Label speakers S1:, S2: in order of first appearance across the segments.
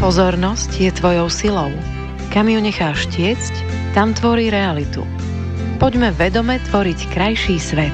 S1: Pozornosť je tvojou silou. Kam ju necháš tiecť, tam tvorí realitu. Poďme vedome tvoriť krajší svet.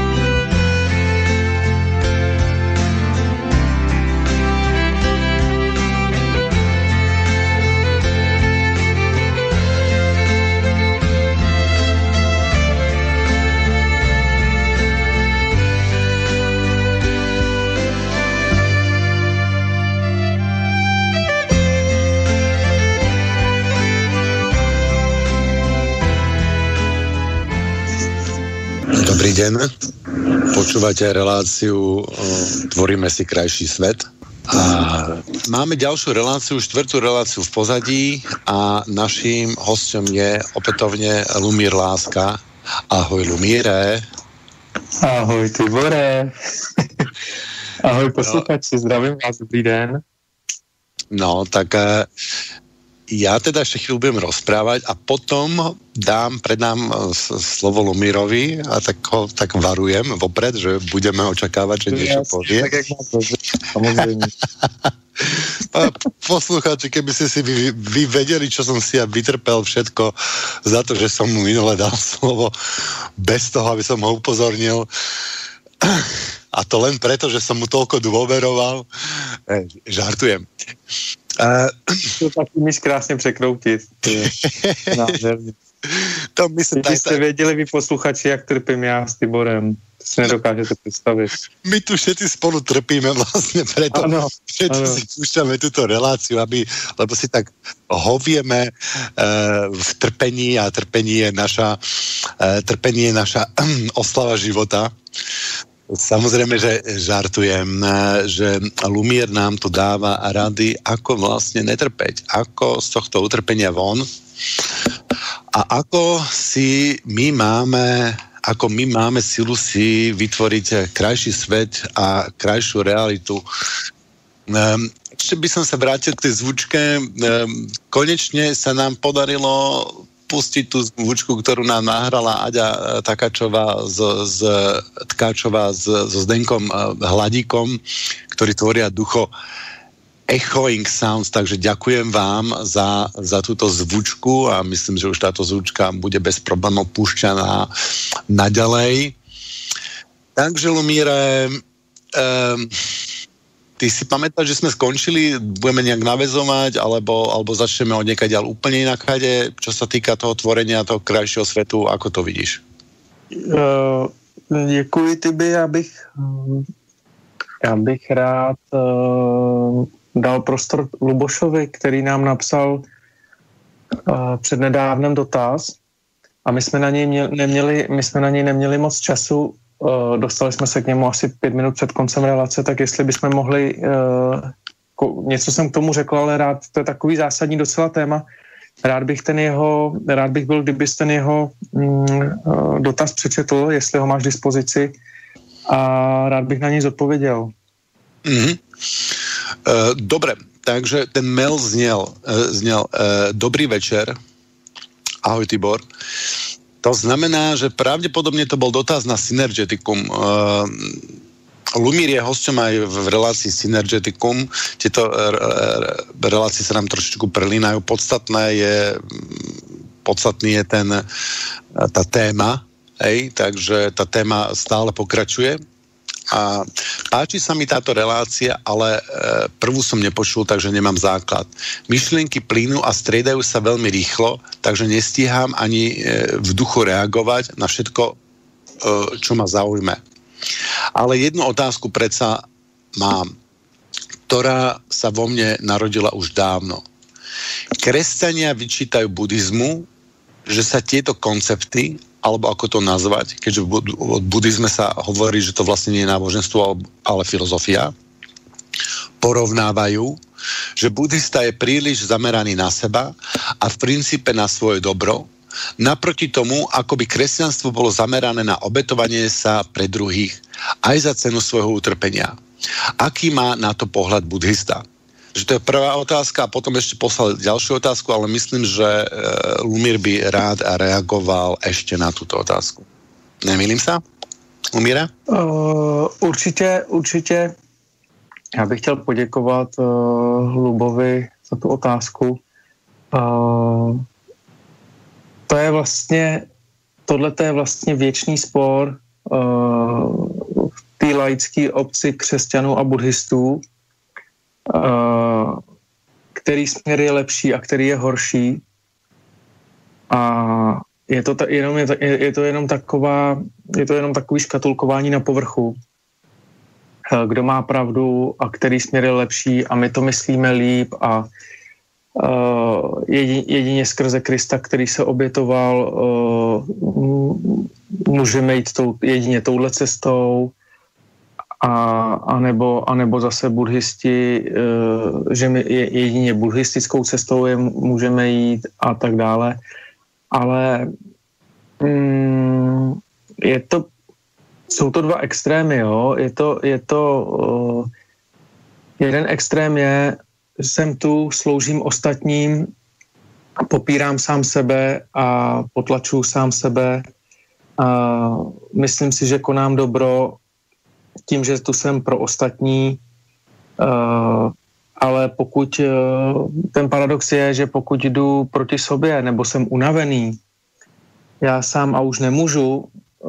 S2: Dobrý deň, počúvate reláciu Tvoríme si krajší svet a máme ďalšiu reláciu, štvrtú reláciu v pozadí a naším hosťom je opätovne Lumír Láska. Ahoj Lumíre.
S3: Ahoj Tibore. Ahoj posluchači, zdravím vás, dobrý den.
S2: No, tak ja teda ešte chvíľu budem rozprávať a potom predám slovo Lumírovi a tak varujem vopred, že budeme očakávať, že niečo povie.
S3: Tak, jak mám to, samozrejme.
S2: Poslucháči, keby ste si vy vedeli, čo som si ja vytrpel všetko za to, že som mu minule dal slovo bez toho, aby som ho upozornil. A to len preto, že som mu toľko dôveroval. Žartujem.
S3: To tak umíš krásně překroutit. Nádherně.
S2: To myslím,
S3: jste věděli vy posluchači, jak trpím já s Tiborem. To si nedokážete představit.
S2: My tu všetci spolu trpíme vlastne preto, že si púšťame túto reláciu, lebo si tak hovieme v trpení a trpení je naša oslava života. Samozrejme, že žartujem, že Lumír nám tu dáva rady, ako vlastne netrpeť, ako z tohto utrpenia von a ako my máme silu si vytvoriť krajší svet a krajšiu realitu. Ešte by som sa vrátil k tej zvučke. Konečne sa nám podarilo pustiť tú zvučku, ktorú nám nahrala Aďa Takáčová z Tkáčová so Zdenkom Hladíkom, ktorí tvoria ducho Echoing Sounds, takže ďakujem vám za túto zvučku a myslím, že už táto zvučka bude bez problémov púšťaná naďalej. Takže Lumíre, ty si pamätáš, že sme skončili, budeme nejak naväzovať, alebo začneme od niekaď ďal úplne inakade, čo sa týka toho tvorenia, toho krajšieho svetu, ako to vidíš?
S3: Děkuji, Tibi, já bych rád dal prostor Lubošovi, který nám napsal přednedávnem dotaz a my jsme na něj neměli moc času. Dostali jsme se k němu asi 5 minut před koncem relace, tak jestli bychom mohli, něco jsem k tomu řekl, ale rád, to je takový zásadní docela téma, rád bych byl, kdybys ten jeho dotaz přečetl, jestli ho máš k dispozici a rád bych na něj zodpověděl.
S2: Dobre, takže ten mail znel dobrý večer, ahoj Tibor. To znamená, že pravdepodobne to bol dotaz na Synergeticum. Lumír je hosťom aj v relácii Synergeticum. Tieto relácie sa nám trošičku prelínajú. Podstatný je tá téma, takže tá téma stále pokračuje. A páči sa mi táto relácia, ale prvú som nepočul, takže nemám základ. Myšlienky plynú a striedajú sa veľmi rýchlo, takže nestíham ani v duchu reagovať na všetko, čo ma zaujme. Ale jednu otázku predsa mám, ktorá sa vo mne narodila už dávno. Kresťania vyčítajú buddhizmu, že sa tieto koncepty, alebo ako to nazvať, keďže v buddhizme sa hovorí, že to vlastne nie je náboženstvo, ale filozofia, porovnávajú, že buddhista je príliš zameraný na seba a v princípe na svoje dobro, naproti tomu, ako by kresťanstvo bolo zamerané na obetovanie sa pre druhých aj za cenu svojho utrpenia. Aký má na to pohľad buddhista? Že to je prvá otázka a potom ešte poslal ďalšiu otázku, ale myslím, že Lumír by rád reagoval ešte na túto otázku. Nemýlim sa? Lumíra?
S3: Určitě. Já bych chtěl poděkovat Lubovi za tu otázku. To je vlastně, tohleto je vlastně věčný spor v té laické obci křesťanů a buddhistů, který směr je lepší a který je horší. A je to jenom takový škatulkování na povrchu. Kdo má pravdu a který směr je lepší a my to myslíme líp a jedině skrze Krista, který se obětoval, můžeme jít jedině touhle cestou a nebo zase buddhisti, že my jedině buddhistickou cestou můžeme jít a tak dále. Ale jsou to dva extrémy, jo. Jeden extrém je, jsem tu, sloužím ostatním, popírám sám sebe a potlačuju sám sebe. Myslím si, že konám dobro tím, že tu jsem pro ostatní, ale ten paradox je, že pokud jdu proti sobě, nebo jsem unavený, já sám a už nemůžu,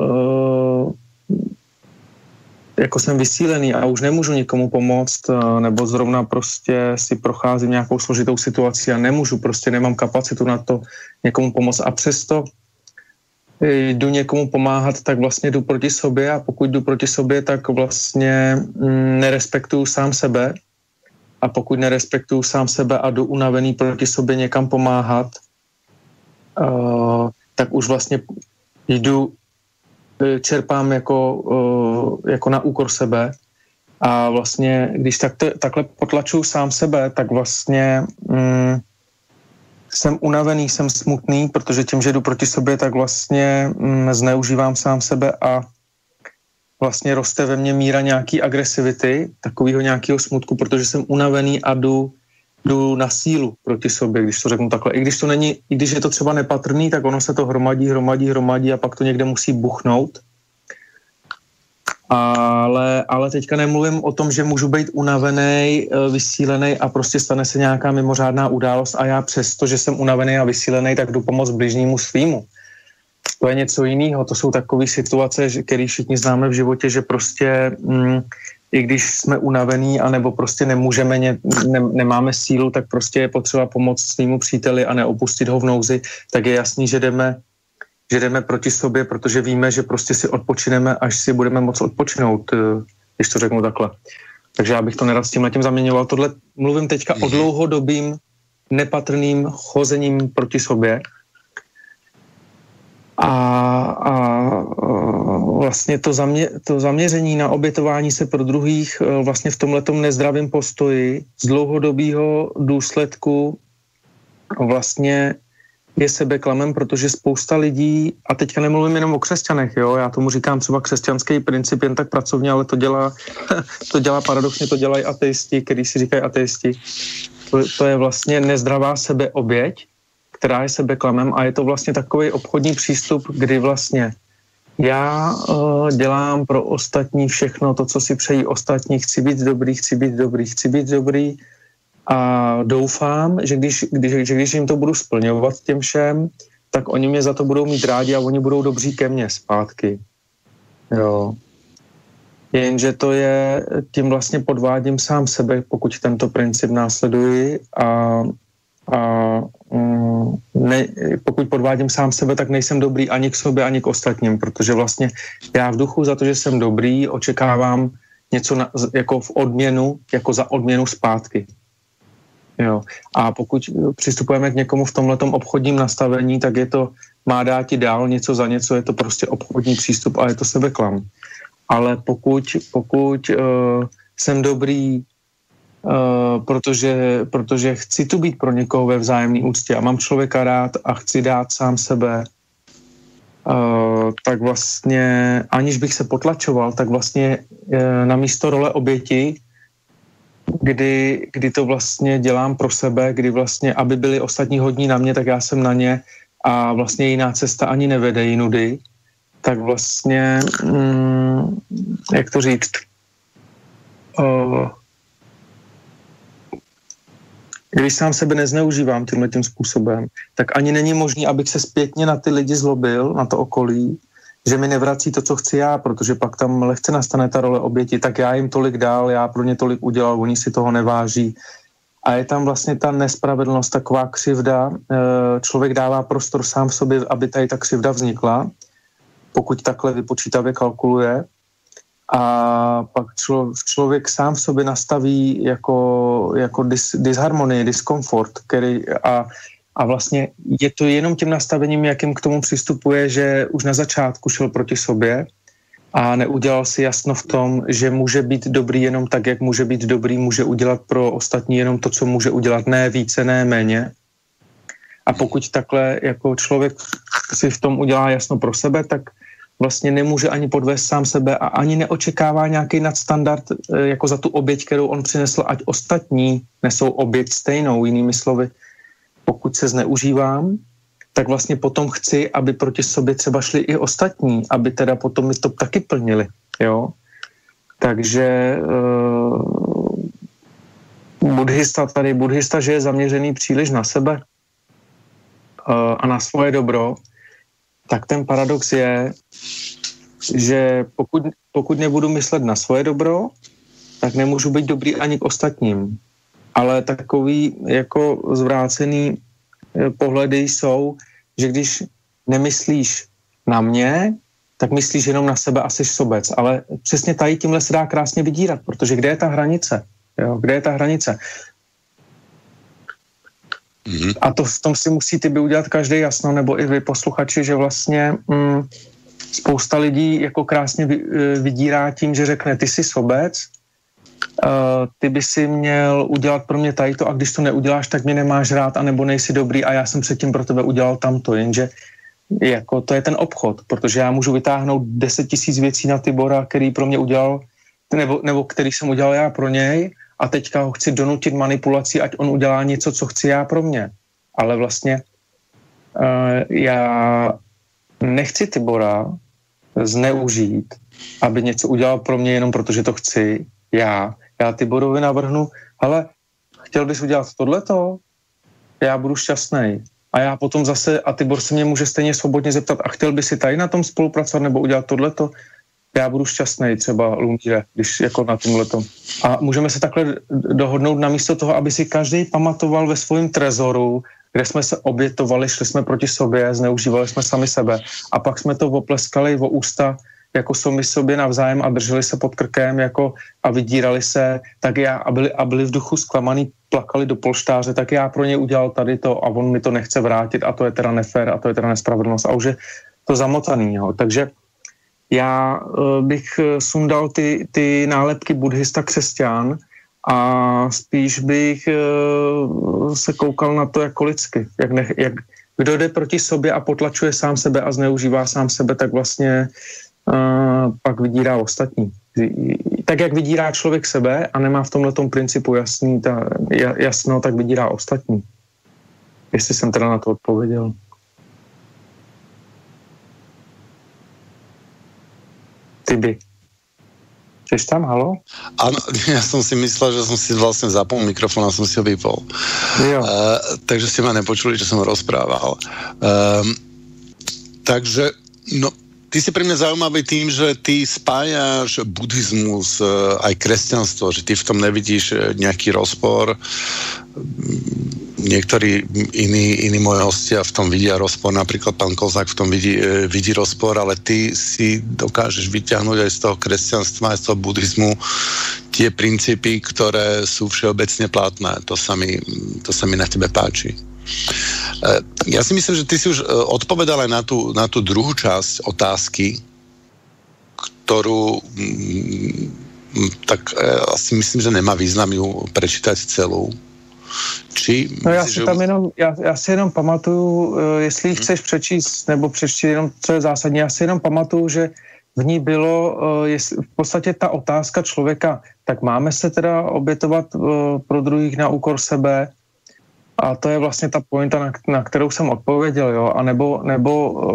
S3: jako jsem vysílený a už nemůžu nikomu pomoct, nebo zrovna prostě si procházím nějakou složitou situací a nemám kapacitu na to někomu pomoct a přesto jdu někomu pomáhat, tak vlastně jdu proti sobě a pokud jdu proti sobě, tak vlastně nerespektuju sám sebe a pokud nerespektuju sám sebe a jdu unavený proti sobě někam pomáhat, tak už vlastně čerpám jako na úkor sebe a vlastně, když takhle potlačuju sám sebe, tak vlastně jsem unavený, jsem smutný, protože tím, že jdu proti sobě, tak vlastně zneužívám sám sebe a vlastně roste ve mně míra nějaký agresivity, takového nějakého smutku, protože jsem unavený a jdu na sílu proti sobě, když to řeknu takhle. I když je to třeba nepatrný, tak ono se to hromadí a pak to někde musí buchnout. Ale teďka nemluvím o tom, že můžu být unavený, vysílený a prostě stane se nějaká mimořádná událost a já přesto, že jsem unavený a vysílený, tak jdu pomoct bližnímu svýmu. To je něco jiného. To jsou takové situace, které všichni známe v životě, že prostě i když jsme unavení anebo prostě nemáme sílu, tak prostě je potřeba pomoct svýmu příteli a neopustit ho v nouzi, tak je jasný, že jdeme proti sobě, protože víme, že prostě si odpočineme, až si budeme moct odpočinout, když to řeknu takhle. Takže já bych to nerad s tímhletím zaměňoval. Tohle mluvím teďka o dlouhodobým nepatrným chozením proti sobě. A vlastně to zaměření na obětování se pro druhých vlastně v tomhletom nezdravém postoji z dlouhodobého důsledku vlastně je sebeklamem, protože spousta lidí, a teďka nemluvím jenom o křesťanech, jo, já tomu říkám třeba křesťanský princip jen tak pracovně, ale to dělá paradoxně, to dělají ateisti, který si říkají ateisti. To je vlastně nezdravá sebeoběť, která je sebeklamem a je to vlastně takový obchodní přístup, kdy vlastně já dělám pro ostatní všechno to, co si přejí ostatní, chci být dobrý a doufám, že když jim to budu splňovat těm všem, tak oni mě za to budou mít rádi a oni budou dobří ke mně zpátky. Jo. Jenže to je, tím vlastně podvádím sám sebe, pokud tento princip následuji a pokud podvádím sám sebe, tak nejsem dobrý ani k sobě, ani k ostatním, protože vlastně já v duchu za to, že jsem dobrý, očekávám něco jako v odměnu, jako za odměnu zpátky. Jo. A pokud přistupujeme k někomu v tomhletom obchodním nastavení, tak je to, má dát ti dál něco za něco, je to prostě obchodní přístup a je to sebeklam. Ale pokud jsem dobrý, protože chci tu být pro někoho ve vzájemné úctě a mám člověka rád a chci dát sám sebe, tak vlastně, aniž bych se potlačoval, tak vlastně na místo role oběti, kdy to vlastně dělám pro sebe, kdy vlastně, aby byli ostatní hodní na mě, tak já jsem na ně a vlastně jiná cesta ani nevede jinudy, tak vlastně, jak to říct, když sám sebe nezneužívám tímhletím způsobem, tak ani není možný, abych se zpětně na ty lidi zlobil, na to okolí, že mi nevrací to, co chci já, protože pak tam lehce nastane ta role oběti, tak já jim tolik dál, já pro ně tolik udělal, oni si toho neváží. A je tam vlastně ta nespravedlnost, taková křivda. Člověk dává prostor sám v sobě, aby tady ta křivda vznikla, pokud takhle vypočítavě kalkuluje. A pak člověk sám v sobě nastaví jako disharmonii, diskomfort, a vlastně je to jenom tím nastavením, jakým k tomu přistupuje, že už na začátku šel proti sobě a neudělal si jasno v tom, že může být dobrý jenom tak, jak může být dobrý, může udělat pro ostatní jenom to, co může udělat, ne více, ne méně. A pokud takhle jako člověk si v tom udělá jasno pro sebe, tak vlastně nemůže ani podvést sám sebe a ani neočekává nějaký nadstandard jako za tu oběť, kterou on přinesl, ať ostatní nesou oběť stejnou, jinými slovy. Pokud se zneužívám, tak vlastně potom chci, aby proti sobě třeba šli i ostatní, aby teda potom mi to taky plnili, jo. Takže buddhista, že je zaměřený příliš na sebe a na svoje dobro, tak ten paradox je, že pokud nebudu myslet na svoje dobro, tak nemůžu být dobrý ani k ostatním. Ale takový jako zvrácený pohledy jsou, že když nemyslíš na mě, tak myslíš jenom na sebe a jsi sobec. Ale přesně tady tímhle se dá krásně vydírat, protože kde je ta hranice? Jo? Kde je ta hranice? Mm-hmm. A to v tom si musíte by udělat každý jasno, nebo i vy posluchači, že vlastně spousta lidí jako krásně vydírá tím, že řekne, ty jsi sobec, ty by si měl udělat pro mě tady to a když to neuděláš, tak mě nemáš rád anebo nejsi dobrý a já jsem předtím pro tebe udělal tamto, jenže jako to je ten obchod, protože já můžu vytáhnout 10 000 věcí na Tibora, který pro mě udělal, nebo který jsem udělal já pro něj a teďka ho chci donutit manipulací, ať on udělá něco, co chci já pro mě. Ale vlastně já nechci Tibora zneužít, aby něco udělal pro mě jenom protože to chci já Tiborovi navrhnu, hele, chtěl bys udělat tohleto? Já budu šťastnej. A já potom zase, a Tibor se mě může stejně svobodně zeptat, a chtěl by si tady na tom spolupracovat nebo udělat tohleto? Já budu šťastnej, třeba Lumíre, když jako na tomhleto. A můžeme se takhle dohodnout namísto toho, aby si každý pamatoval ve svém trezoru, kde jsme se obětovali, šli jsme proti sobě, zneužívali jsme sami sebe a pak jsme to opleskali o ústa jako sami sobě navzájem a drželi se pod krkem jako a vydírali se, tak já a byli v duchu zklamaný, plakali do polštáře, tak já pro ně udělal tady to a on mi to nechce vrátit a to je teda nefér a to je teda nespravedlnost a už je to zamotanýho. Takže já bych sundal ty nálepky buddhista křesťan a spíš bych se koukal na to jako lidsky. Jak kdo jde proti sobě a potlačuje sám sebe a zneužívá sám sebe, tak vlastně pak vydírá ostatní. Tak jak vydírá člověk sebe a nemá v tomhletom principu jasno, tak vydírá ostatní. Jestli jsem teda na to odpověděl. Ty Jsi tam, halo?
S2: Áno, ja som si myslel, že som si vlastne zapol mikrofón a som si ho vypol. Takže ste ma nepočuli, že som rozprával. Takže, no, ty si pre mňa zaujímavý tým, že ty spájaš buddhizmus aj kresťanstvo, že ty v tom nevidíš nejaký rozpor. Niektorí iní moji hostia v tom vidia rozpor, napríklad pán Kozák v tom vidí rozpor, ale ty si dokážeš vyťahnuť aj z toho kresťanstva, aj z toho buddhizmu tie princípy, ktoré sú všeobecne platné. To sa mi na tebe páči. Ja si myslím, že ty si už odpovedal aj na tú druhú časť otázky, ktorú tak asi myslím, že nemá význam ju prečítať celú.
S3: Já si jenom pamatuju, jestli chceš přečíst nebo přečíst jenom, co je zásadní, já si jenom pamatuju, že v ní bylo v podstatě ta otázka člověka, tak máme se teda obětovat pro druhých na úkor sebe a to je vlastně ta pointa, na kterou jsem odpověděl, jo, a nebo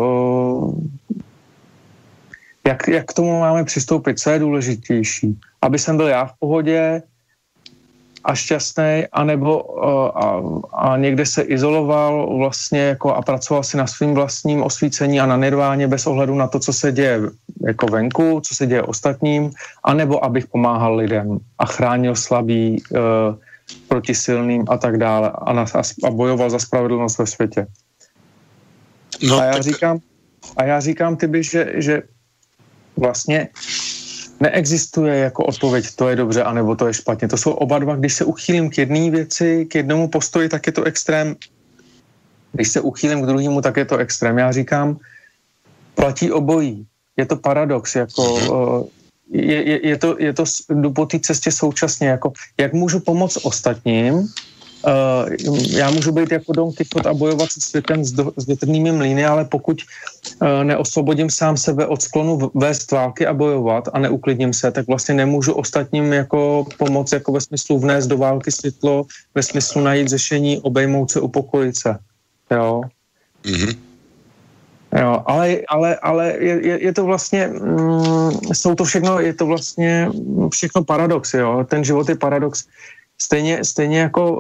S3: jak k tomu máme přistoupit, co je důležitější, aby jsem byl já v pohodě, a šťastný, anebo a někde se izoloval vlastně jako a pracoval si na svým vlastním osvícení a na nirváně bez ohledu na to, co se děje jako venku, co se děje ostatním, anebo abych pomáhal lidem a chránil slabý proti silným a tak dále a bojoval za spravedlnost ve světě. No, a já říkám tyby, že vlastně neexistuje jako odpověď, to je dobře, anebo to je špatně. To jsou oba dva, když se uchýlím k jedné věci, k jednomu postoji, tak je to extrém. Když se uchýlím k druhému, tak je to extrém. Já říkám, platí obojí. Je to paradox, jako je to jdu po té cestě současně, jako jak můžu pomoct ostatním. Já můžu být jako Don Quixote a bojovat se světem s větrnými mlýny, ale pokud neosvobodím sám sebe od sklonu vést války a bojovat a neuklidním se, tak vlastně nemůžu ostatním jako pomoct jako ve smyslu vnést do války světlo, ve smyslu najít řešení, obejmout se, upokojit se. Jo. Mm-hmm. Jo, ale je to vlastně, jsou to všechno, je to vlastně všechno paradox, jo. Ten život je paradox. Stejně jako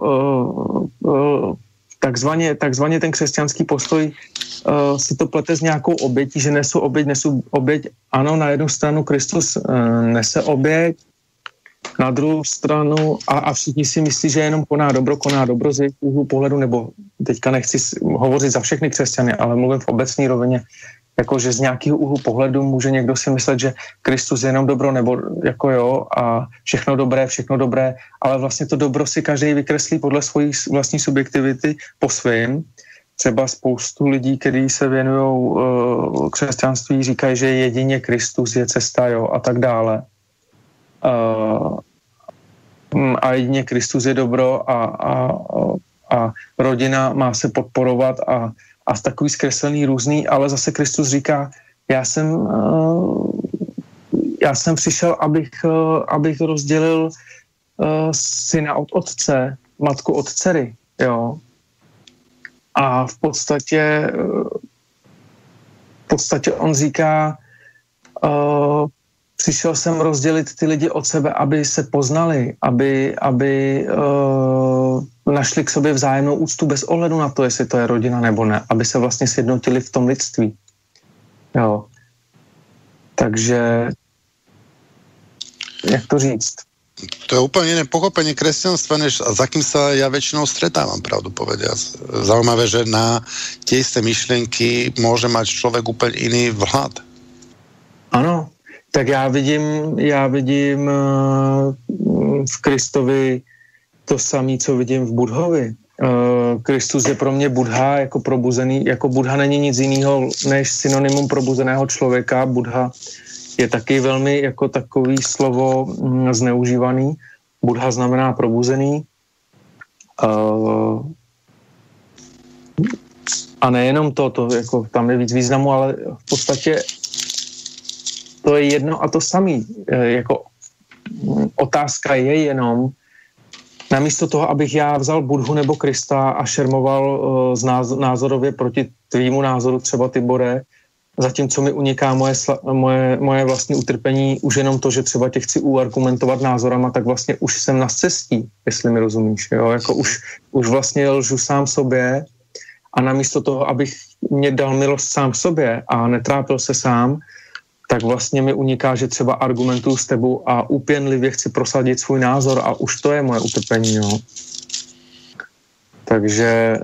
S3: takzvaně ten křesťanský postoj si to plete s nějakou obětí, že nesu oběť. Ano, na jednu stranu Kristus nese oběť, na druhou stranu a všichni si myslí, že jenom koná dobro z jejich úhlu pohledu, nebo teďka nechci hovořit za všechny křesťany, ale mluvím v obecné rovině, jakože z nějakého úhlu pohledu může někdo si myslet, že Kristus je jenom dobro, nebo jako jo, a všechno dobré, ale vlastně to dobro si každý vykreslí podle svojí vlastní subjektivity po svým. Třeba spoustu lidí, kteří se věnují křesťanství, říkají, že jedině Kristus je cesta, jo, a tak dále. A jedině Kristus je dobro a rodina má se podporovat a takový zkreslený různý, ale zase Kristus říká, já jsem přišel, abych rozdělil syna od otce, matku od dcery, jo. A v podstatě on říká, přišel jsem rozdělit ty lidi od sebe, aby se poznali, aby našli k sobě vzájemnou úctu bez ohledu na to, jestli to je rodina nebo ne, aby se vlastně sjednotili v tom lidství. Jo. Takže jak to říct?
S2: To je úplně jiné pochopenie kresťanstva, než za kým sa ja väčšinou stretávam, pravdu povediac. Zaujímavé, že na tie isté myšlienky môže mať človek úplne iný vhľad.
S3: Ano, tak já vidím v Kristovi to samé, co vidím v Budhovi. Kristus je pro mě Budha jako probuzený, jako Budha není nic jiného než synonymum probuzeného člověka. Budha je taky velmi jako takový slovo zneužívaný. Budha znamená probuzený. A nejenom to jako tam je víc významu, ale v podstatě to je jedno a to samý. Jako otázka je jenom, namísto toho, abych já vzal Budhu nebo Krista a šermoval názorově proti tvýmu názoru, třeba Tibore, zatímco mi uniká moje vlastní utrpení, už jenom to, že třeba tě chci uargumentovat názorama, tak vlastně už jsem na cestí, jestli mi rozumíš. Jo? Jako už vlastně lžu sám sobě a namísto toho, abych mě dal milost sám sobě a netrápil se sám, tak vlastně mi uniká, že třeba argumentuju s tebou a úpěnlivě chci prosadit svůj názor a už to je moje utrpení. Jo? Takže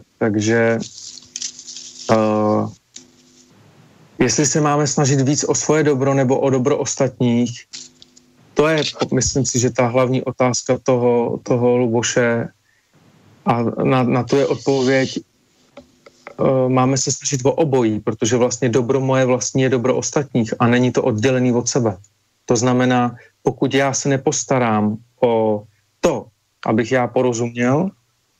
S3: jestli se máme snažit víc o svoje dobro nebo o dobro ostatních, to je, myslím si, že ta hlavní otázka toho Luboše a na to je odpověď, máme se snažit o obojí, protože vlastně dobro moje vlastní je dobro ostatních a není to oddělený od sebe. To znamená, pokud já se nepostarám o to, abych já porozuměl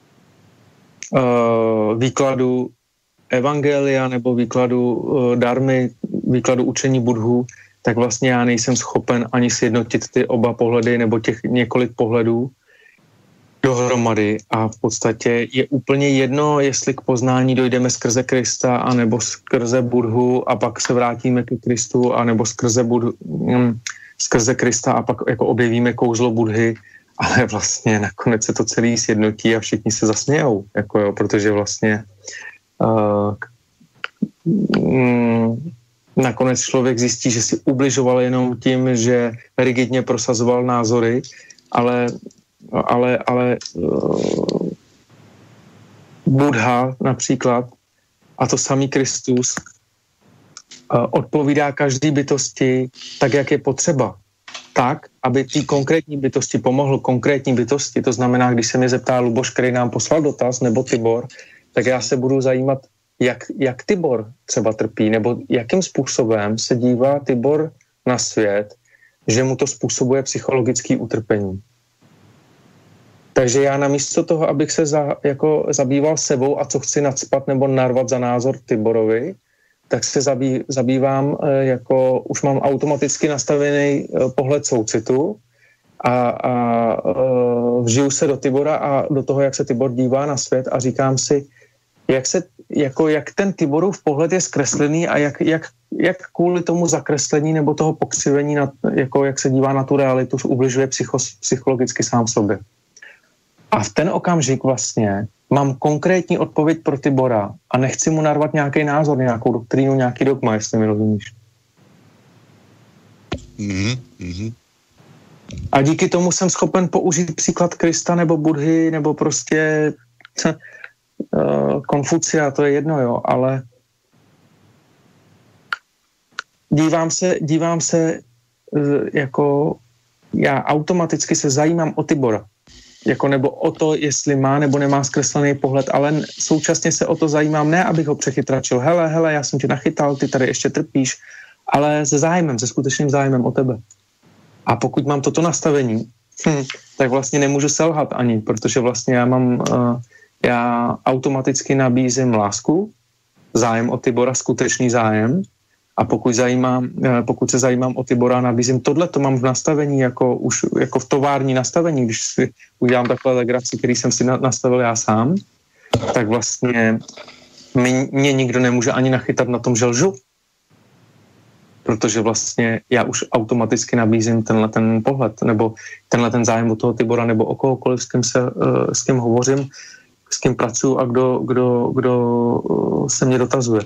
S3: výkladu evangelia nebo výkladu darmy, výkladu učení Budhu, tak vlastně já nejsem schopen ani sjednotit ty oba pohledy nebo těch několik pohledů dohromady a v podstatě je úplně jedno, jestli k poznání dojdeme skrze Krista anebo skrze Budhu a pak se vrátíme ke Kristu anebo skrze Krista a pak jako objevíme kouzlo Budhy ale vlastně nakonec se to celý sjednotí a všichni se zasmějou, jako jo, protože vlastně nakonec člověk zjistí, že si ubližoval jenom tím, že rigidně prosazoval názory, ale Buddha například a to samý Kristus odpovídá každý bytosti tak, jak je potřeba. Tak, aby té konkrétní bytosti pomohl konkrétní bytosti. To znamená, když se mě zeptá Luboš, který nám poslal dotaz, nebo Tibor, tak já se budu zajímat, jak Tibor třeba trpí, nebo jakým způsobem se dívá Tibor na svět, že mu to způsobuje psychologické utrpení. Takže já namísto toho, abych se zabýval sebou a co chci nacpat nebo narvat za názor Tiborovi, tak se zabývám, jako už mám automaticky nastavený pohled soucitu a vžiju se do Tibora a do toho, jak se Tibor dívá na svět a říkám si, jak ten Tiborův pohled je zkreslený a jak kvůli tomu zakreslení nebo toho pokřivení, jak se dívá na tu realitu, ubližuje psychologicky sám sobě. A v ten okamžik vlastně mám konkrétní odpověď pro Tibora a nechci mu narvat nějaký názor, nějakou doktrínu, nějaký dogma, jestli mi rozumíš. Mm-hmm. A díky tomu jsem schopen použít příklad Krista nebo Budhy nebo prostě Konfucia, to je jedno, jo, ale dívám se jako já automaticky se zajímám o Tibora. Jako nebo o to, jestli má nebo nemá zkreslený pohled, ale současně se o to zajímám, ne abych ho přechytračil. Hele, já jsem tě nachytal, ty tady ještě trpíš, ale se zájmem, se skutečným zájmem o tebe. A pokud mám toto nastavení, tak vlastně nemůžu selhat ani, protože vlastně já automaticky nabízím lásku, zájem o Tibora, skutečný zájem. A pokud se zajímám o Tibora, nabízím tohle, to mám v nastavení, jako v tovární nastavení, když si udělám takhle legraci, který jsem si nastavil já sám, tak vlastně mě nikdo nemůže ani nachytat na tom, že lžu. Protože vlastně já už automaticky nabízím tenhle ten pohled, nebo tenhle ten zájem o toho Tibora, nebo o kohokoliv, s kým hovořím, s kým pracuji a kdo se mě dotazuje.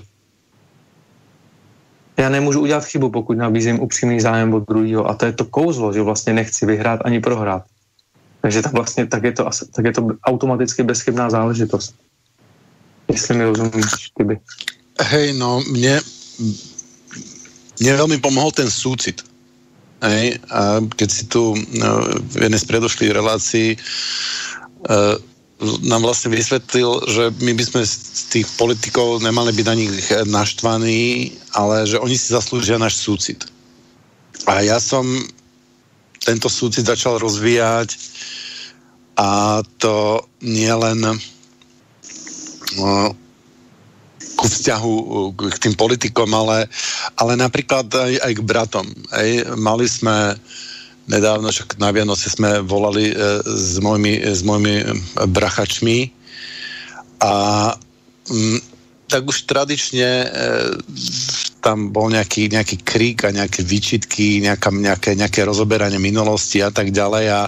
S3: Já nemůžu udělat chybu, pokud nabízím upřímný zájem od druhého. A to je to kouzlo, že vlastně nechci vyhrát ani prohrát. Takže tak je to automaticky bezchybná záležitost. Jestli mi rozumíš, Tibi.
S2: Hej, no, mne veľmi pomohol ten súcit. Hej, a keď si tu v jednej z predošlých relácií nám vlastne vysvetlil, že my by sme z tých politikov nemali byť na nich naštvaní, ale že oni si zaslúžia náš súcit. A ja som tento súcit začal rozvíjať a to nie len ku vzťahu k tým politikom, ale napríklad aj k bratom. Mali sme nedávno, však na Vianoce sme volali s mojimi brachačmi a tak už tradične tam bol nejaký krík a nejaké výčitky, nejaké rozoberanie minulosti a tak ďalej a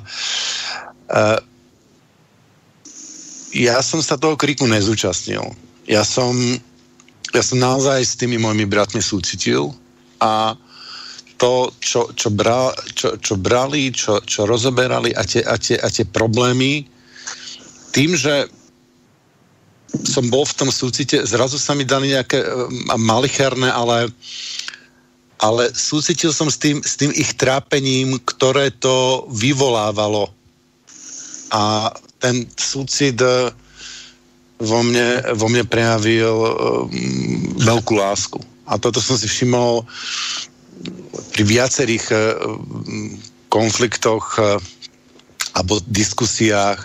S2: ja som sa toho kríku nezúčastnil. Ja som naozaj s tými mojimi bratmi súcitil a to, čo brali, čo rozoberali a tie problémy, tým, že som bol v tom súcite, zrazu sa mi dali nejaké malicherné, ale súcitil som s tým ich trápením, ktoré to vyvolávalo. A ten súcit vo mne prejavil veľkú lásku. A toto som si všimol pri viacerých konfliktoch alebo diskusiách,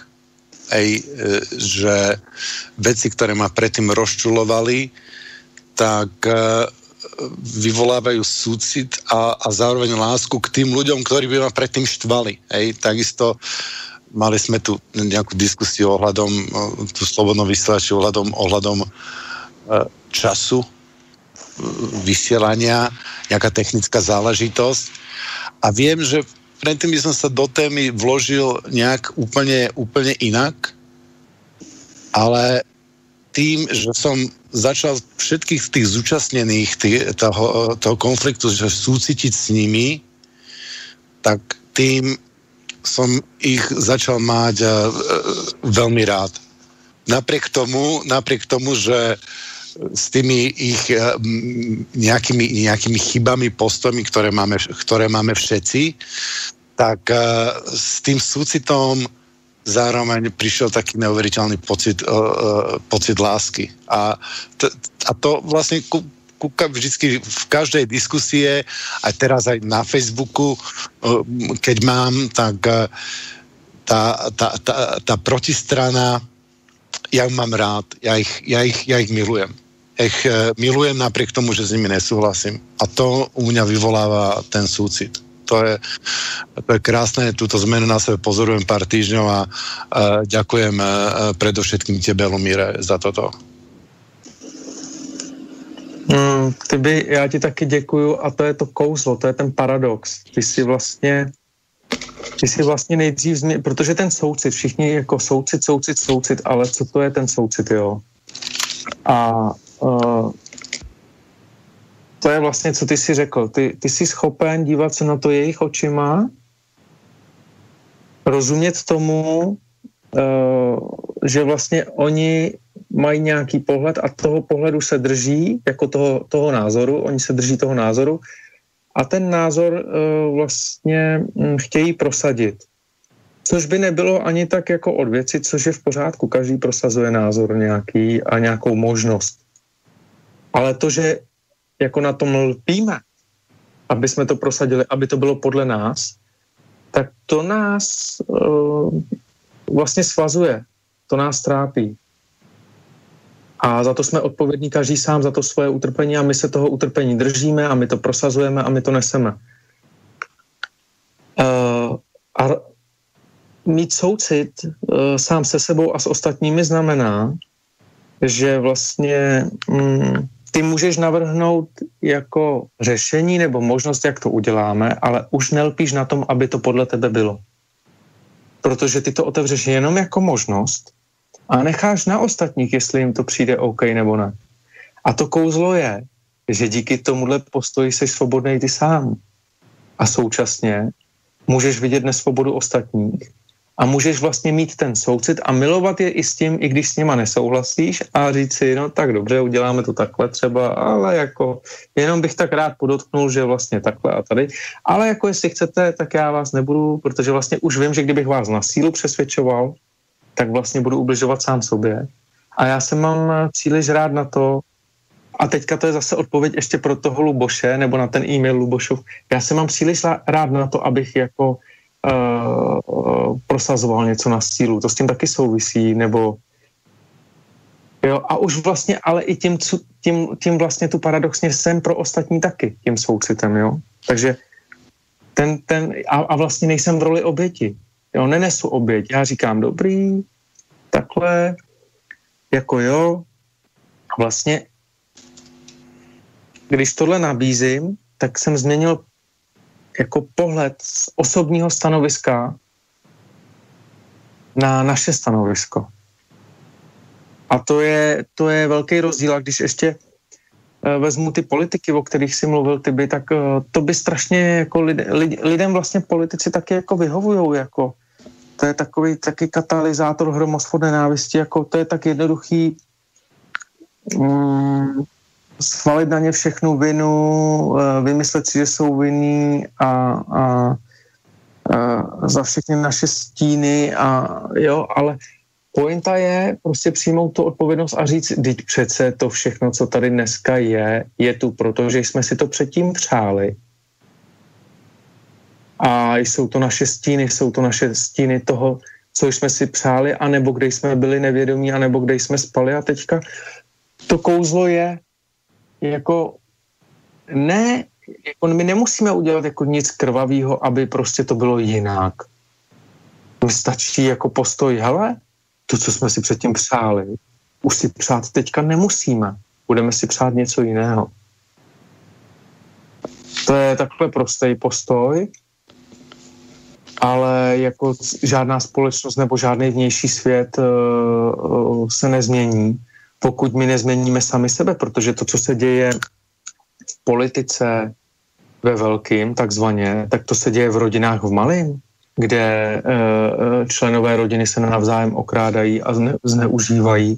S2: že veci, ktoré ma predtým rozčulovali, tak vyvolávajú súcit a zároveň lásku k tým ľuďom, ktorí by ma predtým štvali. Takisto mali sme tu nejakú diskusiu ohľadom tú slobodnú vysielačiu, ohľadom času vysielania, nejaká technická záležitosť. A viem, že predtým by som sa do témy vložil nejak úplne inak, ale tým, že som začal všetkých tých zúčastnených toho konfliktu, že súcitiť s nimi, tak tým som ich začal mať veľmi rád. Napriek tomu, že s tými ich nejakými chybami, postojmi, ktoré máme všetci, tak s tým súcitom zároveň prišiel taký neuveriteľný pocit lásky. A to vlastne vždycky v každej diskusie, aj teraz aj na Facebooku, keď mám, tak tá protistrana, ja ju mám rád, ja ich milujem. Ja ich milujem napriek tomu, že s nimi nesúhlasím. A to u mňa vyvoláva ten súcit. To je krásne, túto zmenu na sebe pozorujem pár týždňov a ďakujem predovšetkým tebe, Lumíre, za toto.
S3: Já ti taky děkuju a to je to kouzlo, to je ten paradox. Ty si vlastně nejdřív protože ten soucit, všichni jako soucit, ale co to je ten soucit, jo? A to je vlastně, co ty si řekl. Ty jsi schopen dívat se na to jejich očima, rozumět tomu, že vlastně oni mají nějaký pohled a toho pohledu se drží, jako toho názoru, oni se drží toho názoru a ten názor vlastně chtějí prosadit. Což by nebylo ani tak jako od věci, což je v pořádku, každý prosazuje názor nějaký a nějakou možnost. Ale to, že jako na tom lpíme, aby jsme to prosadili, aby to bylo podle nás, tak to nás vlastně svazuje, to nás trápí. A za to jsme odpovědní každý sám za to svoje utrpení a my se toho utrpení držíme a my to prosazujeme a my to neseme. A mít soucit sám se sebou a s ostatními znamená, že vlastně ty můžeš navrhnout jako řešení nebo možnost, jak to uděláme, ale už nelpíš na tom, aby to podle tebe bylo. Protože ty to otevřeš jenom jako možnost a necháš na ostatních, jestli jim to přijde OK nebo ne. A to kouzlo je, že díky tomuhle postoji jsi svobodnej ty sám. A současně můžeš vidět nesvobodu ostatních a můžeš vlastně mít ten soucit a milovat je i s tím, i když s nima nesouhlasíš a říct si, no tak dobře, uděláme to takhle třeba, ale jako jenom bych tak rád podotknul, že vlastně takhle a tady, ale jako jestli chcete, tak já vás nebudu, protože vlastně už vím, že kdybych vás na sílu přesvědčoval, tak vlastně budu ubližovat sám sobě. A já se mám příliš rád na to, a teďka to je zase odpověď ještě pro toho Luboše, nebo na ten e-mail Lubošův, já se mám příliš rád na to, abych jako prosazoval něco na sílu. To s tím taky souvisí, nebo jo, a už vlastně, ale i tím vlastně tu paradoxně jsem pro ostatní taky, tím soucitem, jo. Takže a vlastně nejsem v roli oběti. Jo, nenesu oběť. Já říkám, dobrý, takhle, jako jo. A vlastně, když tohle nabízím, tak jsem změnil jako pohled z osobního stanoviska na naše stanovisko. A to je velký rozdíl. A když ještě vezmu ty politiky, o kterých si mluvil, Tyby, tak to by strašně jako lidem vlastně politici taky jako vyhovujou, jako to je takový taky katalyzátor hromosvod nenávisti, jako to je tak jednoduchý svalit na ně všechnu vinu, vymyslet si, že jsou vinní a za všechny naše stíny a jo, ale pointa je prostě přijmout tu odpovědnost a říct, teď přece to všechno, co tady dneska je tu, protože jsme si to předtím přáli. A jsou to naše stíny toho, co jsme si přáli, anebo kde jsme byli nevědomí, anebo kde jsme spali a teďka to kouzlo je jako ne, jako my nemusíme udělat jako nic krvavého, aby prostě to bylo jinak. Mi stačí jako postoj, hele, to, co jsme si předtím přáli, už si přát teďka nemusíme. Budeme si přát něco jiného. To je takhle prostý postoj ale jako žádná společnost nebo žádný vnější svět se nezmění, pokud my nezměníme sami sebe, protože to, co se děje v politice ve velkým, takzvaně, tak to se děje v rodinách v malým, kde členové rodiny se navzájem okrádají a zneužívají.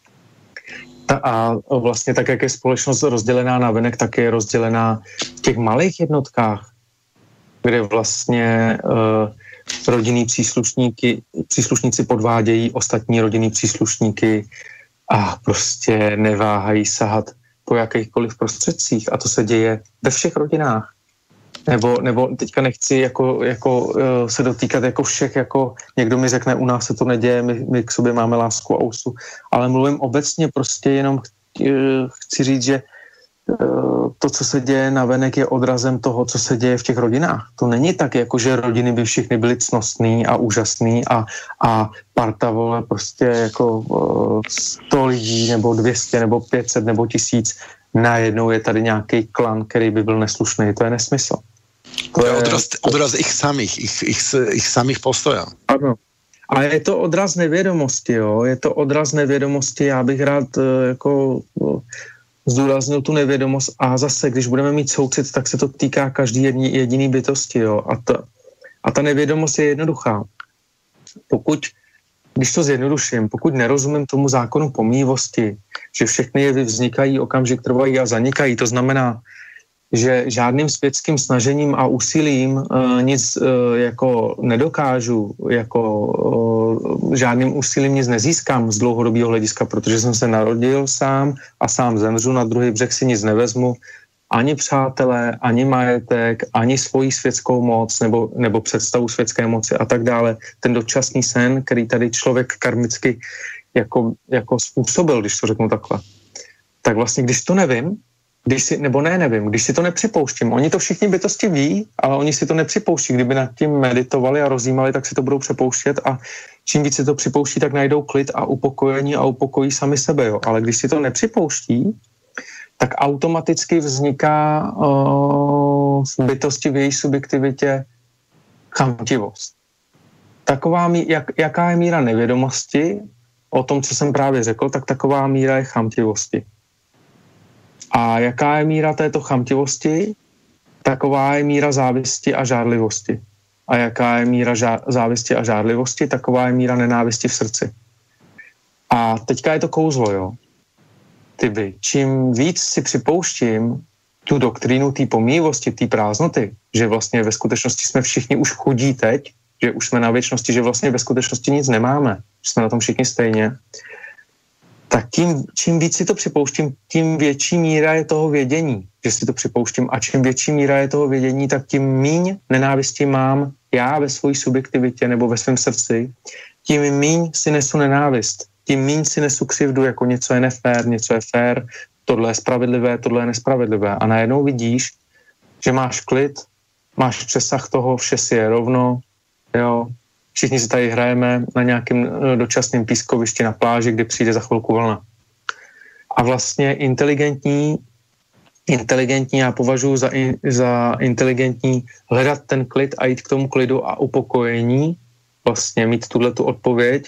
S3: A vlastně tak, jak je společnost rozdělená navenek, tak je rozdělená v těch malých jednotkách, kde vlastně rodinní příslušníci podvádějí ostatní rodinní příslušníky a prostě neváhají sahat po jakýchkoliv prostředcích. A to se děje ve všech rodinách. Nebo teďka nechci jako se dotýkat jako všech, jako někdo mi řekne, u nás se to neděje, my k sobě máme lásku a úctu, ale mluvím obecně, prostě jenom chci říct, že to, co se děje navenek, je odrazem toho, co se děje v těch rodinách. To není tak, jako že rodiny by všichni byly cnostný a úžasný a parta, vole, prostě jako 100 lidí, nebo 200, nebo 500, nebo 1000, najednou je tady nějaký klan, který by byl neslušný. To je nesmysl.
S2: To je odraz ich samých postoja.
S3: Ano. A je to odraz nevědomosti, jo. Je to odraz nevědomosti. Já bych rád jako zdůraznil tu nevědomost a zase, když budeme mít soucit, tak se to týká každý jediný bytosti, jo. A ta nevědomost je jednoduchá. Když to zjednoduším, pokud nerozumím tomu zákonu pomíjivosti, že všechny jevy vznikají, okamžik trvají a zanikají, to znamená, že žádným světským snažením a úsilím nic jako nedokážu, jako žádným úsilím nic nezískám z dlouhodobého hlediska, protože jsem se narodil sám a sám zemřu, na druhý břeh si nic nevezmu, ani přátelé, ani majetek, ani svoji světskou moc nebo představu světské moci a tak dále. Ten dočasný sen, který tady člověk karmicky jako způsobil, když to řeknu takhle. Tak vlastně, když to nevím, když si to nepřipouštím. Oni to všichni bytosti ví, ale oni si to nepřipouští. Kdyby nad tím meditovali a rozjímali, tak si to budou připouštět a čím víc si to připouští, tak najdou klid a upokojení a upokojí sami sebe. Jo. Ale když si to nepřipouští, tak automaticky vzniká v bytosti, v její subjektivitě chamtivost. Jaká je míra nevědomosti o tom, co jsem právě řekl, tak taková míra je chamtivosti. A jaká je míra této chamtivosti, taková je míra závisti a žárlivosti. A jaká je míra závisti a žárlivosti, taková je míra nenávisti v srdci. A teďka je to kouzlo, jo. Čím víc si připouštím tu doktrínu té pomíjivosti, té prázdnoty, že vlastně ve skutečnosti jsme všichni už chudí teď, že už jsme na věčnosti, že vlastně ve skutečnosti nic nemáme, že jsme na tom všichni stejně, tak čím víc si to připouštím, tím větší míra je toho vědění, že si to připouštím, a čím větší míra je toho vědění, tak tím míň nenávisti mám já ve své subjektivitě nebo ve svém srdci, tím míň si nesu nenávist, tím míň si nesu křivdu, jako něco je nefér, něco je fér, tohle je spravedlivé, tohle je nespravedlivé. A najednou vidíš, že máš klid, máš přesah toho, vše si je rovno, jo. Všichni si tady hrajeme na nějakém dočasném pískovišti na pláži, kdy přijde za chvilku vlna. A vlastně inteligentní já považuji za inteligentní hledat ten klid a jít k tomu klidu a upokojení, vlastně mít tuhletu odpověď,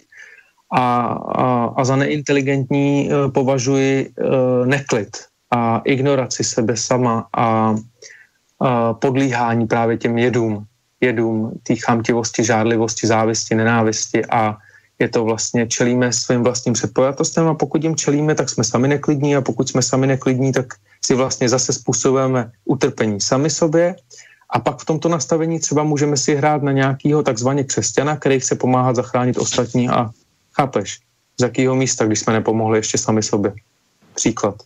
S3: a za neinteligentní považuji neklid a ignoraci sebe sama a podlíhání právě těm jedům té chamtivosti, žádlivosti, závisti, nenávisti, a je to vlastně, čelíme svým vlastním předpojatostem, a pokud jim čelíme, tak jsme sami neklidní, a pokud jsme sami neklidní, tak si vlastně zase způsobujeme utrpení sami sobě, a pak v tomto nastavení třeba můžeme si hrát na nějakého takzvaně křesťana, který chce pomáhat zachránit ostatní, a chápeš, z jakého místa, když jsme nepomohli ještě sami sobě. Příklad.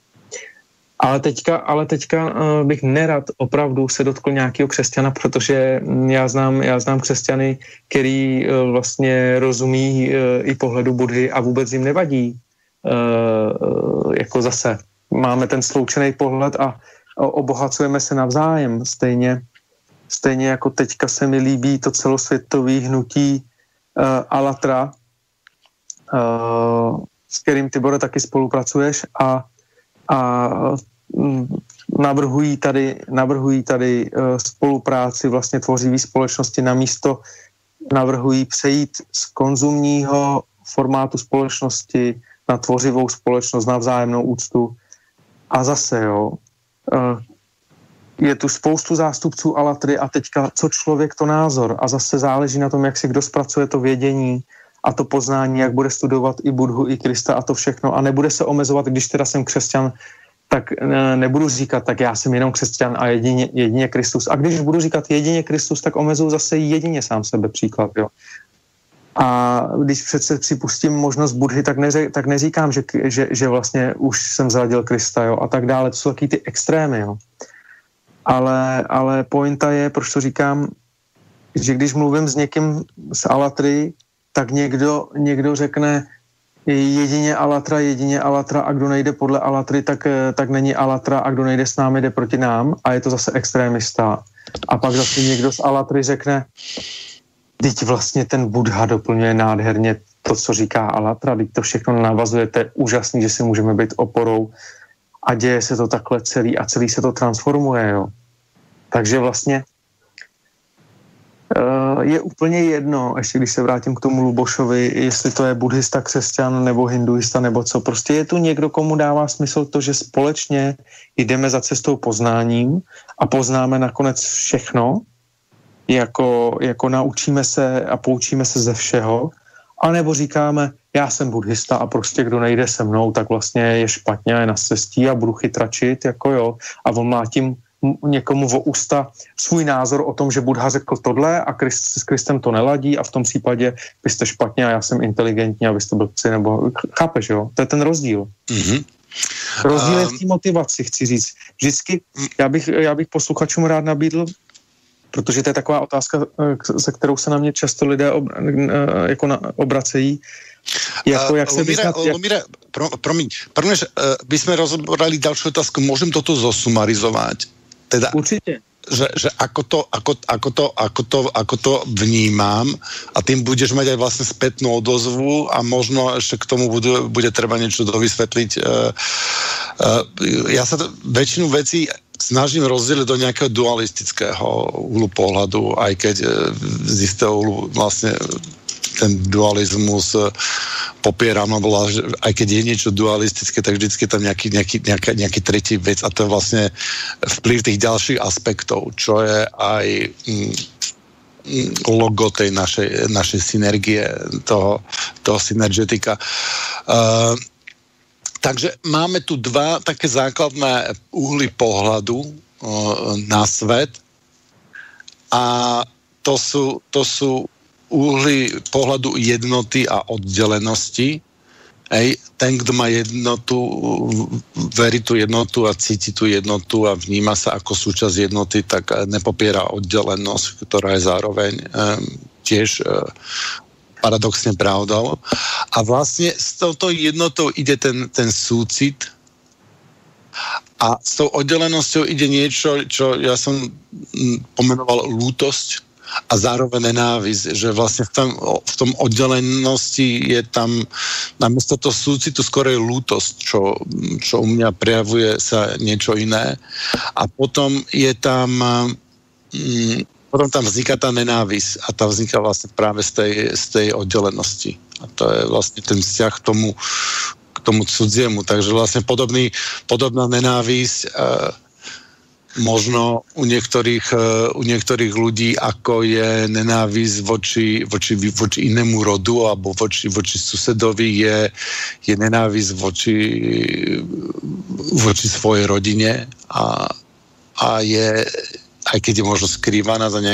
S3: Ale teďka bych nerad opravdu se dotkl nějakého křesťana, protože já znám křesťany, který vlastně rozumí i pohledu Budhy a vůbec jim nevadí. Jako zase máme ten sloučený pohled a obohacujeme se navzájem. Stejně jako teďka se mi líbí to celosvětové hnutí Alatra, s kterým, Tibore, taky spolupracuješ, a navrhují tady spolupráci vlastně tvořivý společnosti, navrhují přejít z konzumního formátu společnosti na tvořivou společnost, na vzájemnou úctu. A zase, je tu spoustu zástupců Allatry a teďka, co člověk, to názor. A zase záleží na tom, jak si kdo zpracuje to vědění a to poznání, jak bude studovat i Budhu, i Krista a to všechno. A nebude se omezovat, když teda jsem křesťan, tak nebudu říkat, tak já jsem jenom křesťan a jedině Kristus. A když budu říkat jedině Kristus, tak omezuju zase jedině sám sebe příklad, jo. A když přece připustím možnost Budhy, tak neříkám, že vlastně už jsem zradil Krista, jo, a tak dále. To jsou taky ty extrémy, jo. Ale pointa je, proč to říkám, že když mluvím s někým z Allatry, tak někdo řekne jedině Allatra a kdo nejde podle Allatry, tak není Allatra a kdo nejde s námi, jde proti nám a je to zase extrémista. A pak zase někdo z Allatry řekne, teď vlastně ten Buddha doplňuje nádherně to, co říká Allatra, teď to všechno navazuje, to je úžasný, že si můžeme být oporou a děje se to takhle celý a celý se to transformuje, jo. Takže vlastně je úplně jedno, ještě když se vrátím k tomu Lubošovi, jestli to je buddhista, křesťan nebo hinduista nebo co. Prostě je tu někdo, komu dává smysl to, že společně jdeme za cestou poznáním a poznáme nakonec všechno, jako naučíme se a poučíme se ze všeho, anebo říkáme, já jsem buddhista a prostě kdo nejde se mnou, tak vlastně je špatně a je na cestí a budu chytračit, jako jo, a on mlátím někomu vo ústa svůj názor o tom, že Buddha řekl tohle a s Kristem to neladí a v tom případě vy jste špatně a já jsem inteligentní a vy jste blbci, nebo chápeš, jo? To je ten rozdíl. Mm-hmm. Rozdíl je v té motivaci, chci říct. Vždycky, já bych posluchačům rád nabídl, protože to je taková otázka, se kterou se na mě často lidé obracejí, jak se vyznat...
S2: Lumíre, promiň, prvnež by sme rozobrali ďalšiu otázku, môžem toto zosumarizovať? Teda,
S3: určite.
S2: Že ako to vnímam a tým budeš mať aj vlastne spätnú odozvu a možno ešte k tomu bude treba niečo dovysvetliť. Ja sa väčšinu vecí snažím rozdeliť do nejakého dualistického uhlu pohľadu, aj keď z istého uhlu vlastne ten dualizmus popieram, lebo aj keď je niečo dualistické, tak vždycky je tam nejaký tretí vec a to je vlastne vplyv tých ďalších aspektov, čo je aj logo tej našej synergie, toho synergetika. Takže máme tu dva také základné uhly pohľadu na svet a to sú uhly pohľadu jednoty a oddelenosti. Ten, kto má jednotu, verí tú jednotu a cíti tú jednotu a vníma sa ako súčasť jednoty, tak nepopiera oddelenosť, ktorá je zároveň tiež paradoxne pravdou. A vlastne s touto jednotou ide ten súcit a s tou oddelenosťou ide niečo, čo ja som pomenoval lútosť a zároveň nenávisť, že vlastne v tom oddelenosti je tam namiesto toho súcitu skoro je lútosť, čo u mňa prejavuje sa niečo iné a potom je tam vzniká tá nenávisť a tá vzniká vlastne práve z tej oddelenosti a to je vlastne ten vzťah k tomu cudziemu, takže vlastne podobná nenávisť možno u niektorých ľudí, ako je nenávisť voči inému rodu alebo voči susedovi, je nenávisť voči svojej rodine a je, aj keď je možno skrývaná za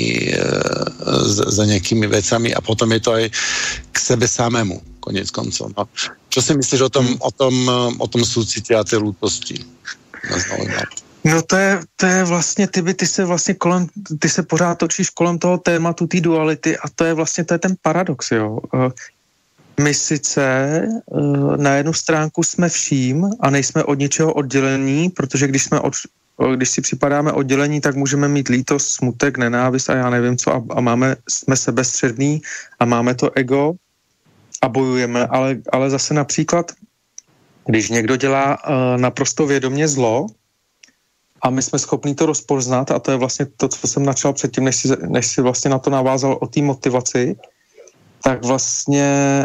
S2: nejakými vecami a potom je to aj k sebe samému, koniec koncov. No. Čo si myslíš o tom súcite a tej lútosti?
S3: No to je vlastně, ty se pořád točíš kolem toho tématu té duality a to je ten paradox, jo. My sice na jednu stránku jsme vším a nejsme od ničeho oddělení, protože když si připadáme oddělení, tak můžeme mít lítost, smutek, nenávist a já nevím co a jsme sebestřední a máme to ego a bojujeme, ale zase například když někdo dělá naprosto vědomě zlo a my jsme schopni to rozpoznat, a to je vlastně to, co jsem načal předtím, než si vlastně na to navázal o té motivaci, tak vlastně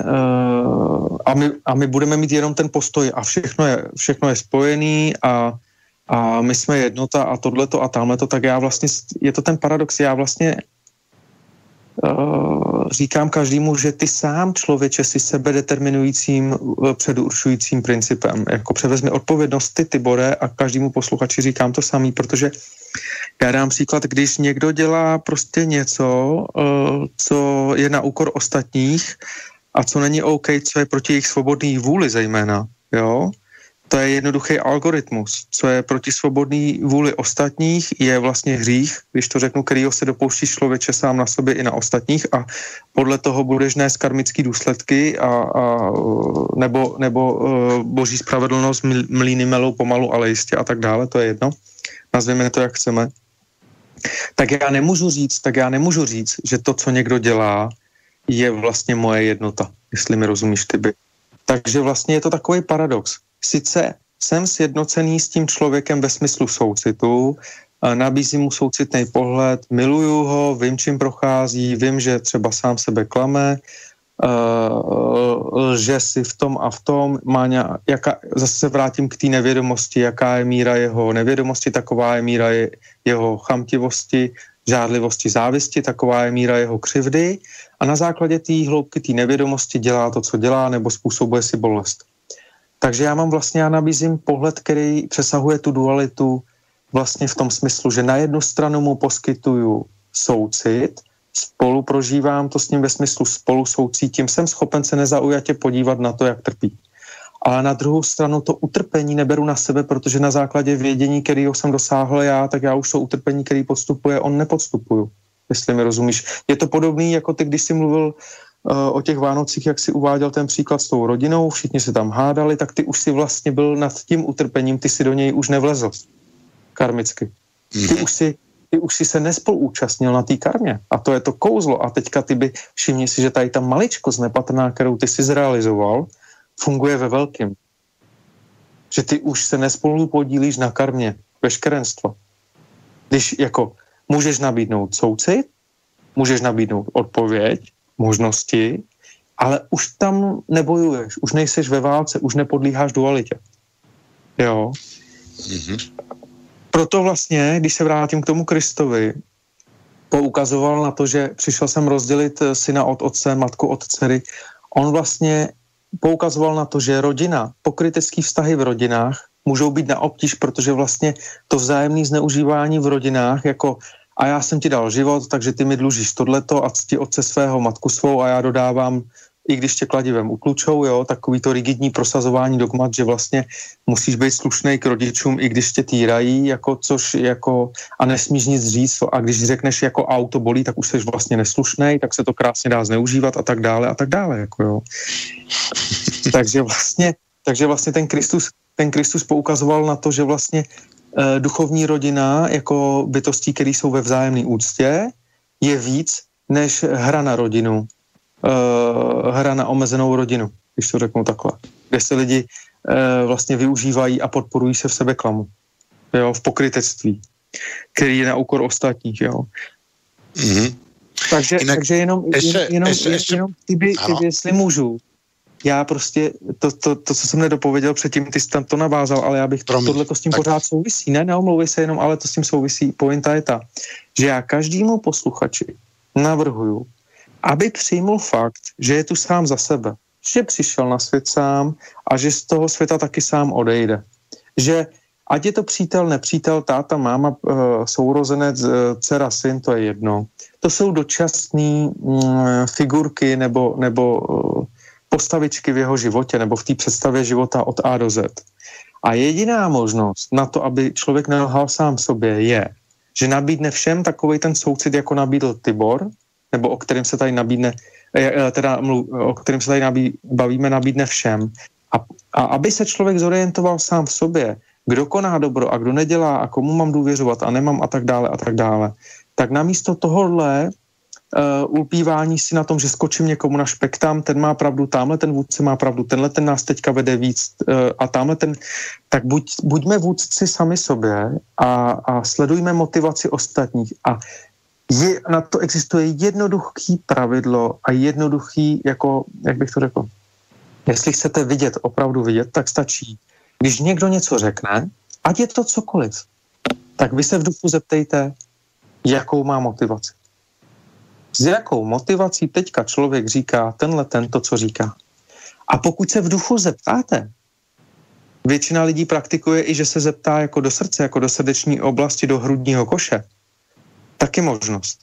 S3: a my budeme mít jenom ten postoj a všechno je spojený a my jsme jednota a tohleto a tamhleto, tak já vlastně, je to ten paradox, já vlastně říkám každému, že ty sám člověče si sebe determinujícím předurčujícím principem. Jako převezmi odpovědnost ty, Tibore, a každému posluchači říkám to samý, protože já dám příklad, když někdo dělá prostě něco, co je na úkor ostatních a co není OK, co je proti jejich svobodné vůli zejména, jo? To je jednoduchý algoritmus. Co je proti svobodné vůli ostatních, je vlastně hřích, když to řeknu, kterýho se dopouštíš člověče sám na sobě i na ostatních a podle toho budeš nést karmický důsledky nebo boží spravedlnost mlýny melou pomalu, ale jistě a tak dále, to je jedno. Nazvěme to, jak chceme. Tak já nemůžu říct, že to, co někdo dělá, je vlastně moje jednota, jestli mi rozumíš, Tibi. Takže vlastně je to takový paradox. Sice jsem sjednocený s tím člověkem ve smyslu soucitu, nabízím mu soucitný pohled, miluju ho, vím, čím prochází, vím, že třeba sám sebe klame, lže si v tom a v tom, zase se vrátím k té nevědomosti, jaká je míra jeho nevědomosti, taková je míra jeho chamtivosti, žádlivosti, závisti, taková je míra jeho křivdy a na základě té hloubky té nevědomosti dělá to, co dělá, nebo způsobuje si bolest. Takže já nabízím pohled, který přesahuje tu dualitu vlastně v tom smyslu, že na jednu stranu mu poskytuju soucit, spolu prožívám to s ním ve smyslu spolu soucítím, jsem schopen se nezaujatě podívat na to, jak trpí. Ale na druhou stranu to utrpení neberu na sebe, protože na základě vědění, kterého jsem dosáhl já, tak já už to utrpení, který podstupuje, on nepodstupuju, jestli mi rozumíš. Je to podobný, jako ty, když jsi mluvil o těch Vánocích, jak si uváděl ten příklad s tou rodinou, všichni se tam hádali, tak ty už si vlastně byl nad tím utrpením, ty si do něj už nevlezl karmicky. Ty už si se nespoluúčastnil na té karmě. A to je to kouzlo. A teďka ty by všimni si, že tady ta maličkost nepatrná, kterou ty si zrealizoval, funguje ve velkým. Že ty už se nespolu podílíš na karmě, veškerenstvo. Když jako můžeš nabídnout soucit, můžeš nabídnout odpověď, možnosti, ale už tam nebojuješ, už nejseš ve válce, už nepodlíháš dualitě. Jo. Mm-hmm. Proto vlastně, když se vrátím k tomu Kristovi, poukazoval na to, že přišel jsem rozdělit syna od otce, matku od dcery. On vlastně poukazoval na to, že rodina, pokrytecký vztahy v rodinách můžou být na obtíž, protože vlastně to vzájemné zneužívání v rodinách, jako a já jsem ti dal život, takže ty mi dlužíš tohleto a cti otce svého, matku svou a já dodávám, i když tě kladivem utlučou, jo, takový to rigidní prosazování dogmat, že vlastně musíš být slušnej k rodičům, i když tě týrají, jako, což jako, a nesmíš nic říct, a když řekneš jako auto bolí, tak už jsi vlastně neslušnej, tak se to krásně dá zneužívat a tak dále, jako jo. takže vlastně ten Kristus poukazoval na to, že vlastně duchovní rodina jako bytostí, které jsou ve vzájemné úctě, je víc než hra na rodinu, hra na omezenou rodinu, když to řeknu takhle, kde se lidi vlastně využívají a podporují se v sebeklamu, jo, v pokrytectví, který je na úkor ostatních, jo. Mm-hmm. Takže jenom ty, jestli můžu, já prostě, to, co jsem nedopověděl předtím, ty jsi tam to navázal, ale já bych tohleto s tím pořád souvisí. Ne, neomlouvej se jenom, ale to s tím souvisí. Pointa je ta, že já každému posluchači navrhuju, aby přijmul fakt, že je tu sám za sebe. Že přišel na svět sám a že z toho světa taky sám odejde. Že ať je to přítel, nepřítel, táta, máma, sourozenec, dcera, syn, to je jedno. To jsou dočasné figurky nebo postavičky v jeho životě nebo v té představě života od A do Z. A jediná možnost na to, aby člověk nelhal sám sobě, je, že nabídne všem takovej ten soucit, jako nabídl Tibor, nebo o kterém se tady bavíme, nabídne všem. A aby se člověk zorientoval sám v sobě, kdo koná dobro a kdo nedělá a komu mám důvěřovat a nemám a tak dále, tak namísto tohohle ulpívání si na tom, že skočím někomu na špek, tam ten má pravdu, tamhle ten vůdce má pravdu, tenhle ten nás teďka vede víc a tamhle ten, tak buďme vůdci sami sobě a sledujme motivaci ostatních a na to existuje jednoduchý pravidlo a jednoduchý, jako, jak bych to řekl, jestli chcete vidět, opravdu vidět, tak stačí, když někdo něco řekne, ať je to cokoliv, tak vy se v duchu zeptejte, jakou má motivaci. S jakou motivací teďka člověk říká to, co říká. A pokud se v duchu zeptáte, většina lidí praktikuje i, že se zeptá jako do srdce, jako do srdeční oblasti, do hrudního koše, taky možnost.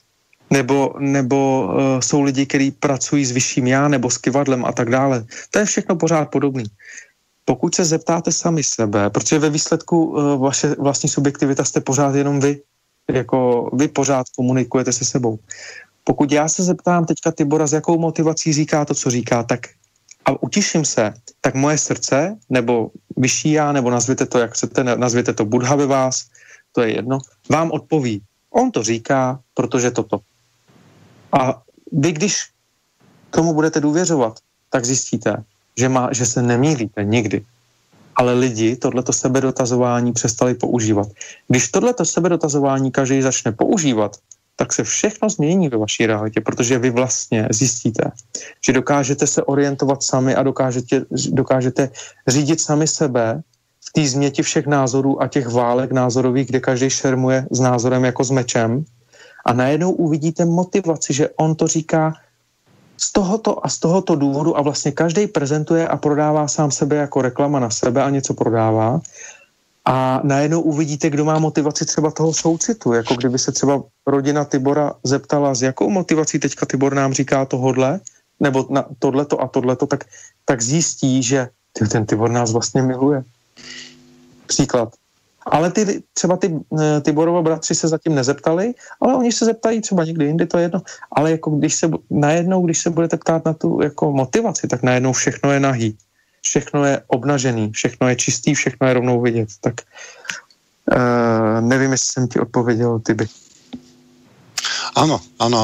S3: Nebo jsou lidi, kteří pracují s vyšším já, nebo s kyvadlem a tak dále. To je všechno pořád podobný. Pokud se zeptáte sami sebe, protože ve výsledku vaše vlastní subjektivita jste pořád jenom vy, jako vy pořád komunikujete se sebou. Pokud já se zeptám teďka Tibora, s jakou motivací říká to, co říká, tak a utiším se, tak moje srdce, nebo vyšší já, nebo nazvěte to, jak chcete, nazvěte to Buddha ve vás, to je jedno, vám odpoví. On to říká, protože toto. A vy, když tomu budete důvěřovat, tak zjistíte, že se nemýlíte nikdy. Ale lidi tohleto sebedotazování přestali používat. Když tohleto sebedotazování každý začne používat, tak se všechno změní ve vaší realitě, protože vy vlastně zjistíte, že dokážete se orientovat sami a dokážete řídit sami sebe v té změti všech názorů a těch válek názorových, kde každý šermuje s názorem jako s mečem a najednou uvidíte motivaci, že on to říká z tohoto a z tohoto důvodu a vlastně každý prezentuje a prodává sám sebe jako reklama na sebe a něco prodává a najednou uvidíte, kdo má motivaci třeba toho soucitu, jako kdyby se třeba rodina Tibora zeptala, s jakou motivací teďka Tibor nám říká tohodle, nebo na tohleto a tohleto, tak zjistí, že ten Tibor nás vlastně miluje. Příklad. Ale třeba Tiborova bratři se zatím nezeptali, ale oni se zeptají třeba někdy jindy, to je jedno. Ale jako když se budete ptát na tu jako motivaci, tak najednou všechno je nahý. Všechno je obnažený, všechno je čistý, všechno je rovnou vidět. Tak nevím, jestli jsem ti odpověděl, Tibi.
S2: Áno,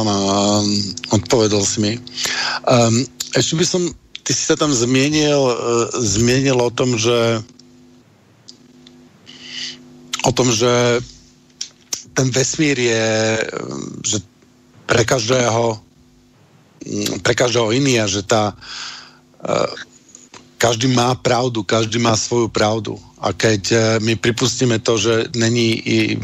S2: odpovedal si mi. Ešte by som, ty si sa tam zmienil o tom, že ten vesmír je, že pre každého iný a že každý má pravdu, každý má svoju pravdu. A keď my pripustíme to, že není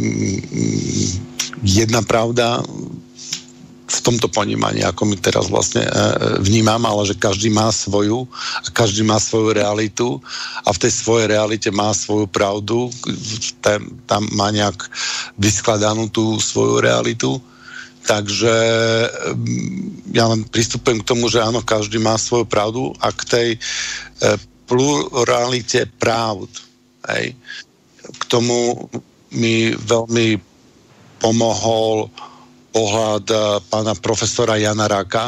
S2: jedna pravda v tomto ponímaní, ako my teraz vlastne vnímam, ale že každý má svoju a každý má svoju realitu a v tej svojej realite má svoju pravdu, tam má nejak vyskladanú tú svoju realitu. Takže ja len pristupujem k tomu, že áno, každý má svoju pravdu a k tej pluralite pravd. Hej. K tomu mi veľmi pomohol pohľad pána profesora Jana Raka,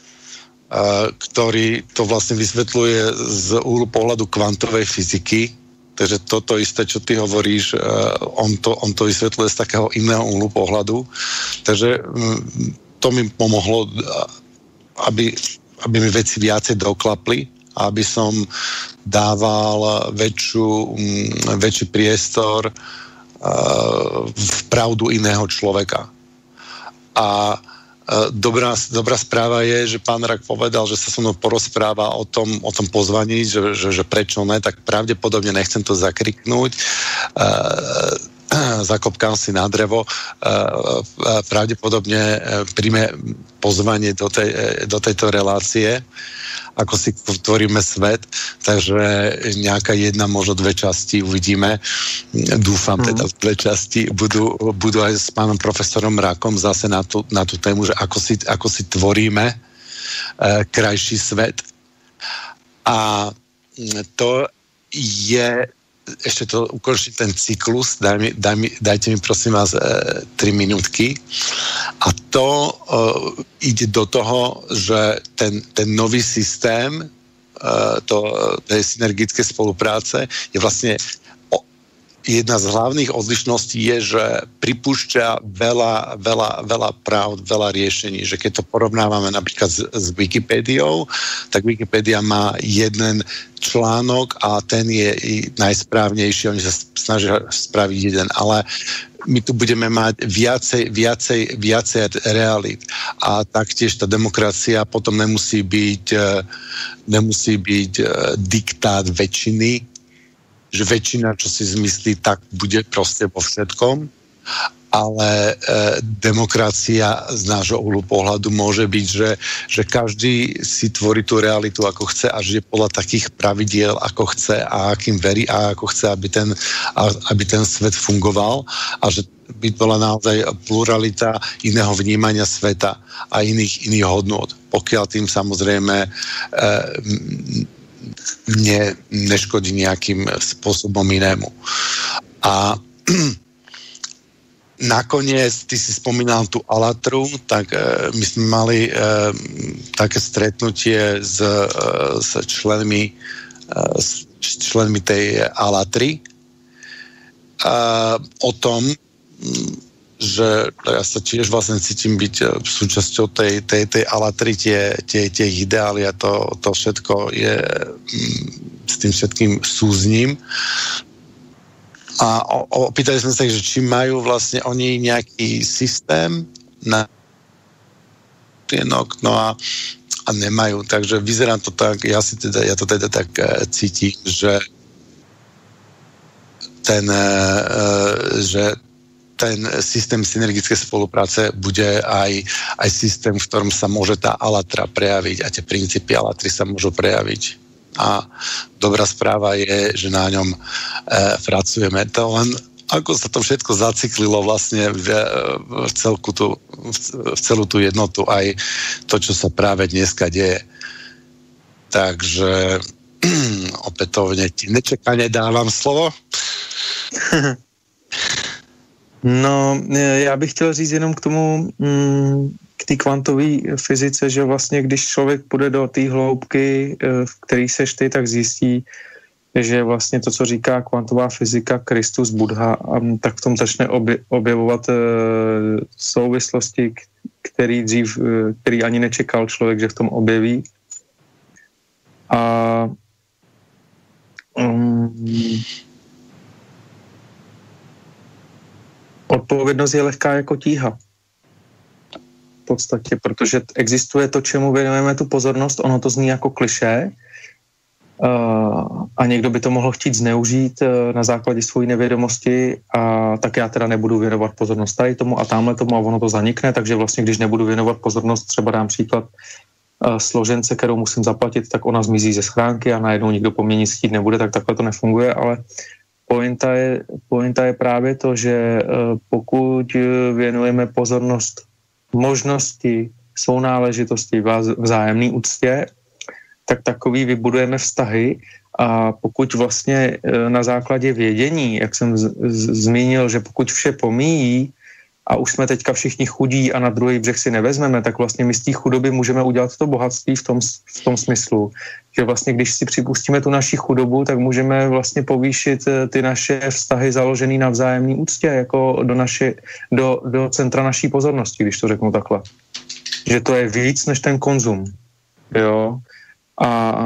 S2: ktorý to vlastne vysvetľuje z úhlu pohľadu kvantovej fyziky. Takže toto isté, čo ty hovoríš, on to vysvetľuje z takého iného úhlu pohľadu. Takže to mi pomohlo, aby mi veci viacej doklapli, aby som dával väčší priestor v pravdu iného človeka. A dobrá správa je, že pán Rak povedal, že sa so mnou porozpráva o tom pozvaní, že prečo ne, tak pravdepodobne nechcem to zakriknúť, zakopkám si na drevo, pravdepodobne príjme pozvanie do tejto relácie, ako si tvoríme svet, takže nejaká jedna, možno dve časti uvidíme. Dúfam teda dve časti budú aj s pánom profesorom Rakom zase na tú tému, že ako si tvoríme krajší svet. A to je ešte to ukončiť ten cyklus, dajte mi prosím vás 3 minútky a to ide do toho, že ten nový systém tej synergické spolupráce je vlastne jedna z hlavných odlišností je, že pripúšťa veľa pravd, veľa riešení. Že keď to porovnávame napríklad s Wikipédiou, tak Wikipédia má jeden článok a ten je najsprávnejší. Oni sa snažia spraviť jeden, ale my tu budeme mať viacej realít. A taktiež tá demokracia potom nemusí byť diktát väčšiny, že väčšina, čo si zmyslí, tak bude proste vo všetkom, ale demokracia z nášho uhlu pohľadu môže byť, že každý si tvorí tú realitu, ako chce a žije podľa takých pravidiel, ako chce a akým verí a ako chce, aby ten svet fungoval a že by bola naozaj pluralita iného vnímania sveta a iných hodnôt. Pokiaľ tým samozrejme neškodí nejakým spôsobom inému. A nakoniec, ty si spomínal tú Alatru, tak my sme mali také stretnutie s členmi tej Alatry o tom, že ja sa tiež vlastne cítim byť súčasťou tej Alatry, tie ideály a to všetko je s tým všetkým súzním. A opýtali sme sa, že či majú vlastne oni nejaký systém na no a nemajú. Takže vyzerá to tak, ja to teda tak cítim, že ten systém synergické spolupráce bude aj systém, v ktorom sa môže tá Alatra prejaviť a tie princípy Alatry sa môžu prejaviť. A dobrá správa je, že na ňom pracujeme. To len ako sa to všetko zacyklilo vlastne v celú tú jednotu, aj to, čo sa práve dneska deje. Takže opätovne ti nečakane dávam slovo.
S3: No, já bych chtěl říct jenom k tomu, k té kvantové fyzice, že vlastně, když člověk půjde do té hloubky, v který seš ty, tak zjistí, že vlastně to, co říká kvantová fyzika, Kristus, Buddha, tak v tom začne objevovat souvislosti, který ani nečekal člověk, že v tom objeví. A odpovědnost je lehká jako tíha. V podstatě, protože existuje to, čemu věnujeme tu pozornost, ono to zní jako klišé a někdo by to mohl chtít zneužít na základě svojí nevědomosti a tak já teda nebudu věnovat pozornost tady tomu a tamhle tomu a ono to zanikne, takže vlastně když nebudu věnovat pozornost, třeba dám příklad složence, kterou musím zaplatit, tak ona zmizí ze schránky a najednou nikdo po mně nic chtít nebude, tak takhle to nefunguje, ale pointa je právě to, že pokud věnujeme pozornost možnosti, sounáležitosti, vzájemné úctě, tak takový vybudujeme vztahy a pokud vlastně na základě vědění, jak jsem zmínil, že pokud vše pomíjí a už jsme teďka všichni chudí a na druhý břeh si nevezmeme, tak vlastně my z té chudoby můžeme udělat to bohatství v tom smyslu, že vlastně když si připustíme tu naši chudobu, tak můžeme vlastně povýšit ty naše vztahy založené na vzájemné úctě jako do centra naší pozornosti, když to řeknu takhle. Že to je víc než ten konzum. Jo? A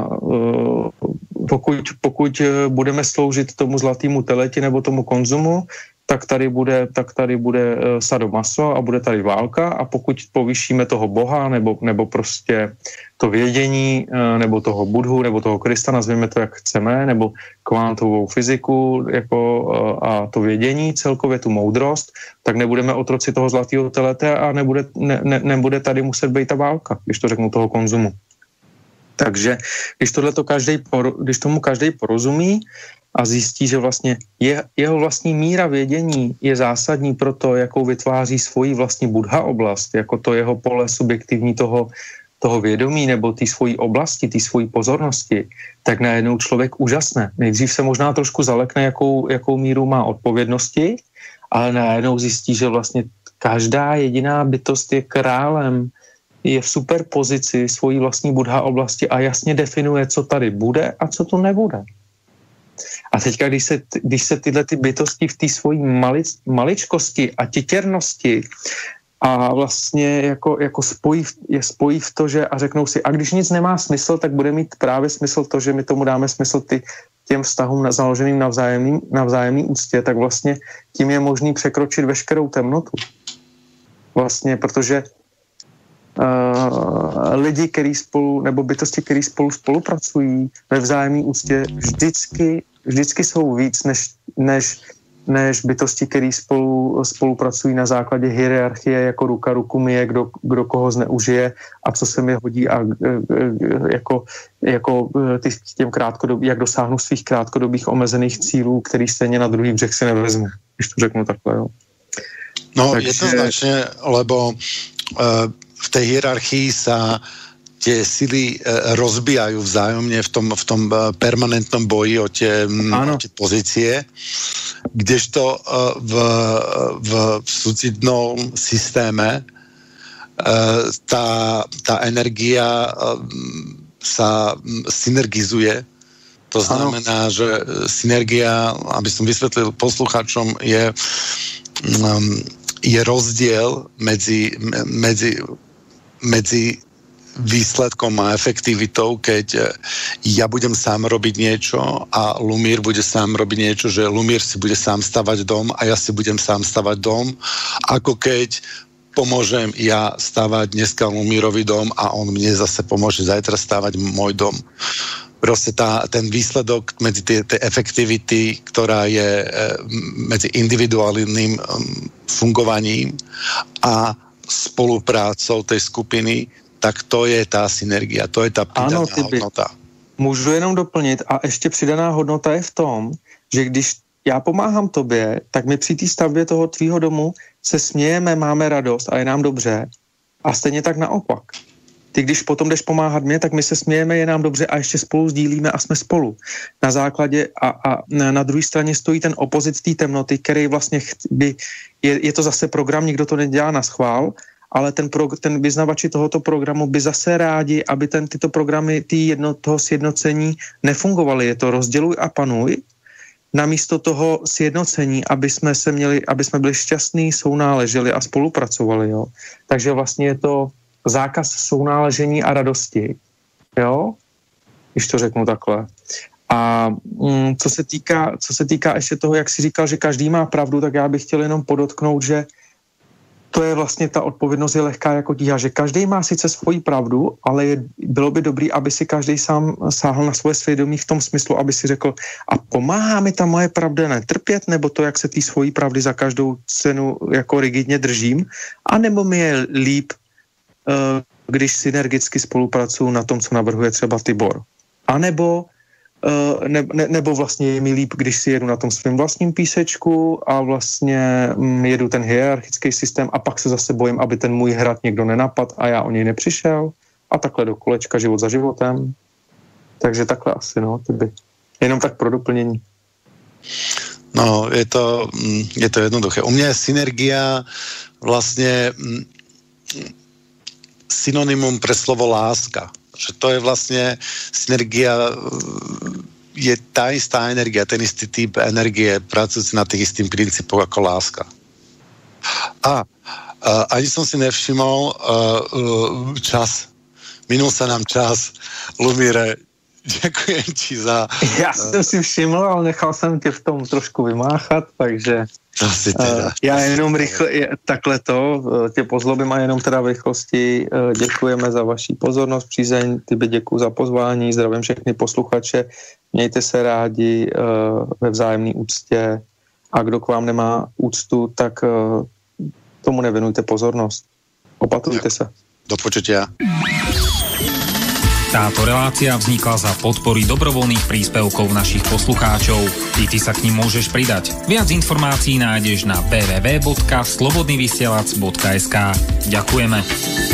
S3: pokud budeme sloužit tomu zlatému teleti nebo tomu konzumu, tak tady bude sadomaso a bude tady válka a pokud povýšíme toho Boha nebo prostě to vědění nebo toho Budhu nebo toho Krista, nazvěme to jak chceme, nebo kvantovou fyziku jako, a to vědění, celkově tu moudrost, tak nebudeme otroci toho zlatého telete a nebude tady muset být ta válka, když to řeknu toho konzumu. Takže když tomu každý porozumí a zjistí, že vlastně jeho vlastní míra vědění je zásadní pro to, jakou vytváří svoji vlastní Buddha oblast, jako to jeho pole subjektivní toho vědomí nebo té svojí oblasti, té svojí pozornosti, tak najednou člověk úžasne. Nejdřív se možná trošku zalekne, jakou míru má odpovědnosti, ale najednou zjistí, že vlastně každá jediná bytost je králem, je v super pozici svojí vlastní Buddha oblasti a jasně definuje, co tady bude a co tu nebude. A teďka, když se tyhle ty bytosti v té svojí maličkosti a titěrnosti a vlastně jako spojí v to, že a řeknou si, a když nic nemá smysl, tak bude mít právě smysl to, že my tomu dáme smysl těm vztahům založeným na vzájemný úctě, tak vlastně tím je možný překročit veškerou temnotu. Vlastně, protože lidi, který spolu, nebo bytosti, který spolupracují ve vzájemné úctě, vždycky jsou víc než bytosti, který spolupracují na základě hierarchie, jako ruka ruku myje, kdo koho zneužije a co se mi hodí a těm jak dosáhnu svých krátkodobých omezených cílů, který stejně na druhý břeh si nevezmu, když to řeknu takhle, jo.
S2: No, jednoznačne, lebo v tej hierarchii sa tie sily rozbijajú vzájomne v tom permanentnom boji o tie pozície, kdežto v súcidnom systéme tá energia sa synergizuje. To znamená, že synergia, aby som vysvetlil poslucháčom, je rozdiel medzi výsledkom a efektivitou, keď ja budem sám robiť niečo a Lumír bude sám robiť niečo, že Lumír si bude sám stavať dom a ja si budem sám stavať dom, ako keď pomôžem ja stavať dneska Lumírovi dom a on mne zase pomôže zajtra stavať môj dom. Proste ten výsledok medzi tej efektivity, ktorá je medzi individuálnym fungovaním a spoluprácou tej skupiny, tak to je tá synergia, to je tá pridaná hodnota.
S3: Můžu jenom doplnit a ještě přidaná hodnota je v tom, že když já pomáhám tobě, tak my při té stavbě toho tvýho domu se smějeme, máme radost a je nám dobře a stejně tak naopak. Ty, když potom jdeš pomáhat mě, tak my se smějeme, je nám dobře a ještě spolu sdílíme a jsme spolu. Na základě a na druhé straně stojí ten opozit té temnoty, který vlastně je to zase program, nikdo to nedělá na schvál, ale ten vyznavači tohoto programu by zase rádi, aby tyto programy toho sjednocení nefungovaly. Je to rozděluj a panuj, namísto toho sjednocení, aby jsme byli šťastní, sounáleželi a spolupracovali. Jo? Takže vlastně je to zákaz sounáležení a radosti. Jo? Když to řeknu takhle. A co se týká ještě toho, jak jsi říkal, že každý má pravdu, tak já bych chtěl jenom podotknout, že to je vlastně ta odpovědnost je lehká jako tíha, že každý má sice svoji pravdu, ale bylo by dobrý, aby si každý sám sáhl na svoje svědomí v tom smyslu, aby si řekl, a pomáhá mi ta moje pravda netrpět, nebo to, jak se té svojí pravdy za každou cenu jako rigidně držím, anebo mi je líp, když synergicky spolupracuju na tom, co navrhuje třeba Tibor. A nebo vlastně je mi líp, když si jedu na tom svém vlastním písečku a vlastně jedu ten hierarchický systém a pak se zase bojím, aby ten můj hrad někdo nenapad a já o něj nepřišel a takhle do kolečka život za životem. Takže takhle asi, tyby. Jenom tak pro doplnění.
S2: No, je to jednoduché. U mě je synergia vlastně synonymum pre slovo láska. Že to je vlastne synergia, je tá istá energia, ten istý typ energie, pracujúci na tých istým princípoch ako láska. A ani som si nevšimol čas. Minul sa nám čas. Lumíre, ďakujem ti za...
S3: Já jsem si všiml, ale nechal jsem tě v tom trošku vymáchat, takže... Já jenom rychle, takhle tě pozlobím a jenom teda v rychlosti děkujeme za vaši pozornost, přízeň, tebe děkuju za pozvání, zdravím všechny posluchače, mějte se rádi ve vzájemné úctě a kdo k vám nemá úctu, tak tomu nevěnujte pozornost. Opatrujte se.
S2: Do počutia.
S4: Táto relácia vznikla za podpory dobrovoľných príspevkov našich poslucháčov. I ty sa k nim môžeš pridať. Viac informácií nájdeš na www.slobodnyvysielac.sk. Ďakujeme.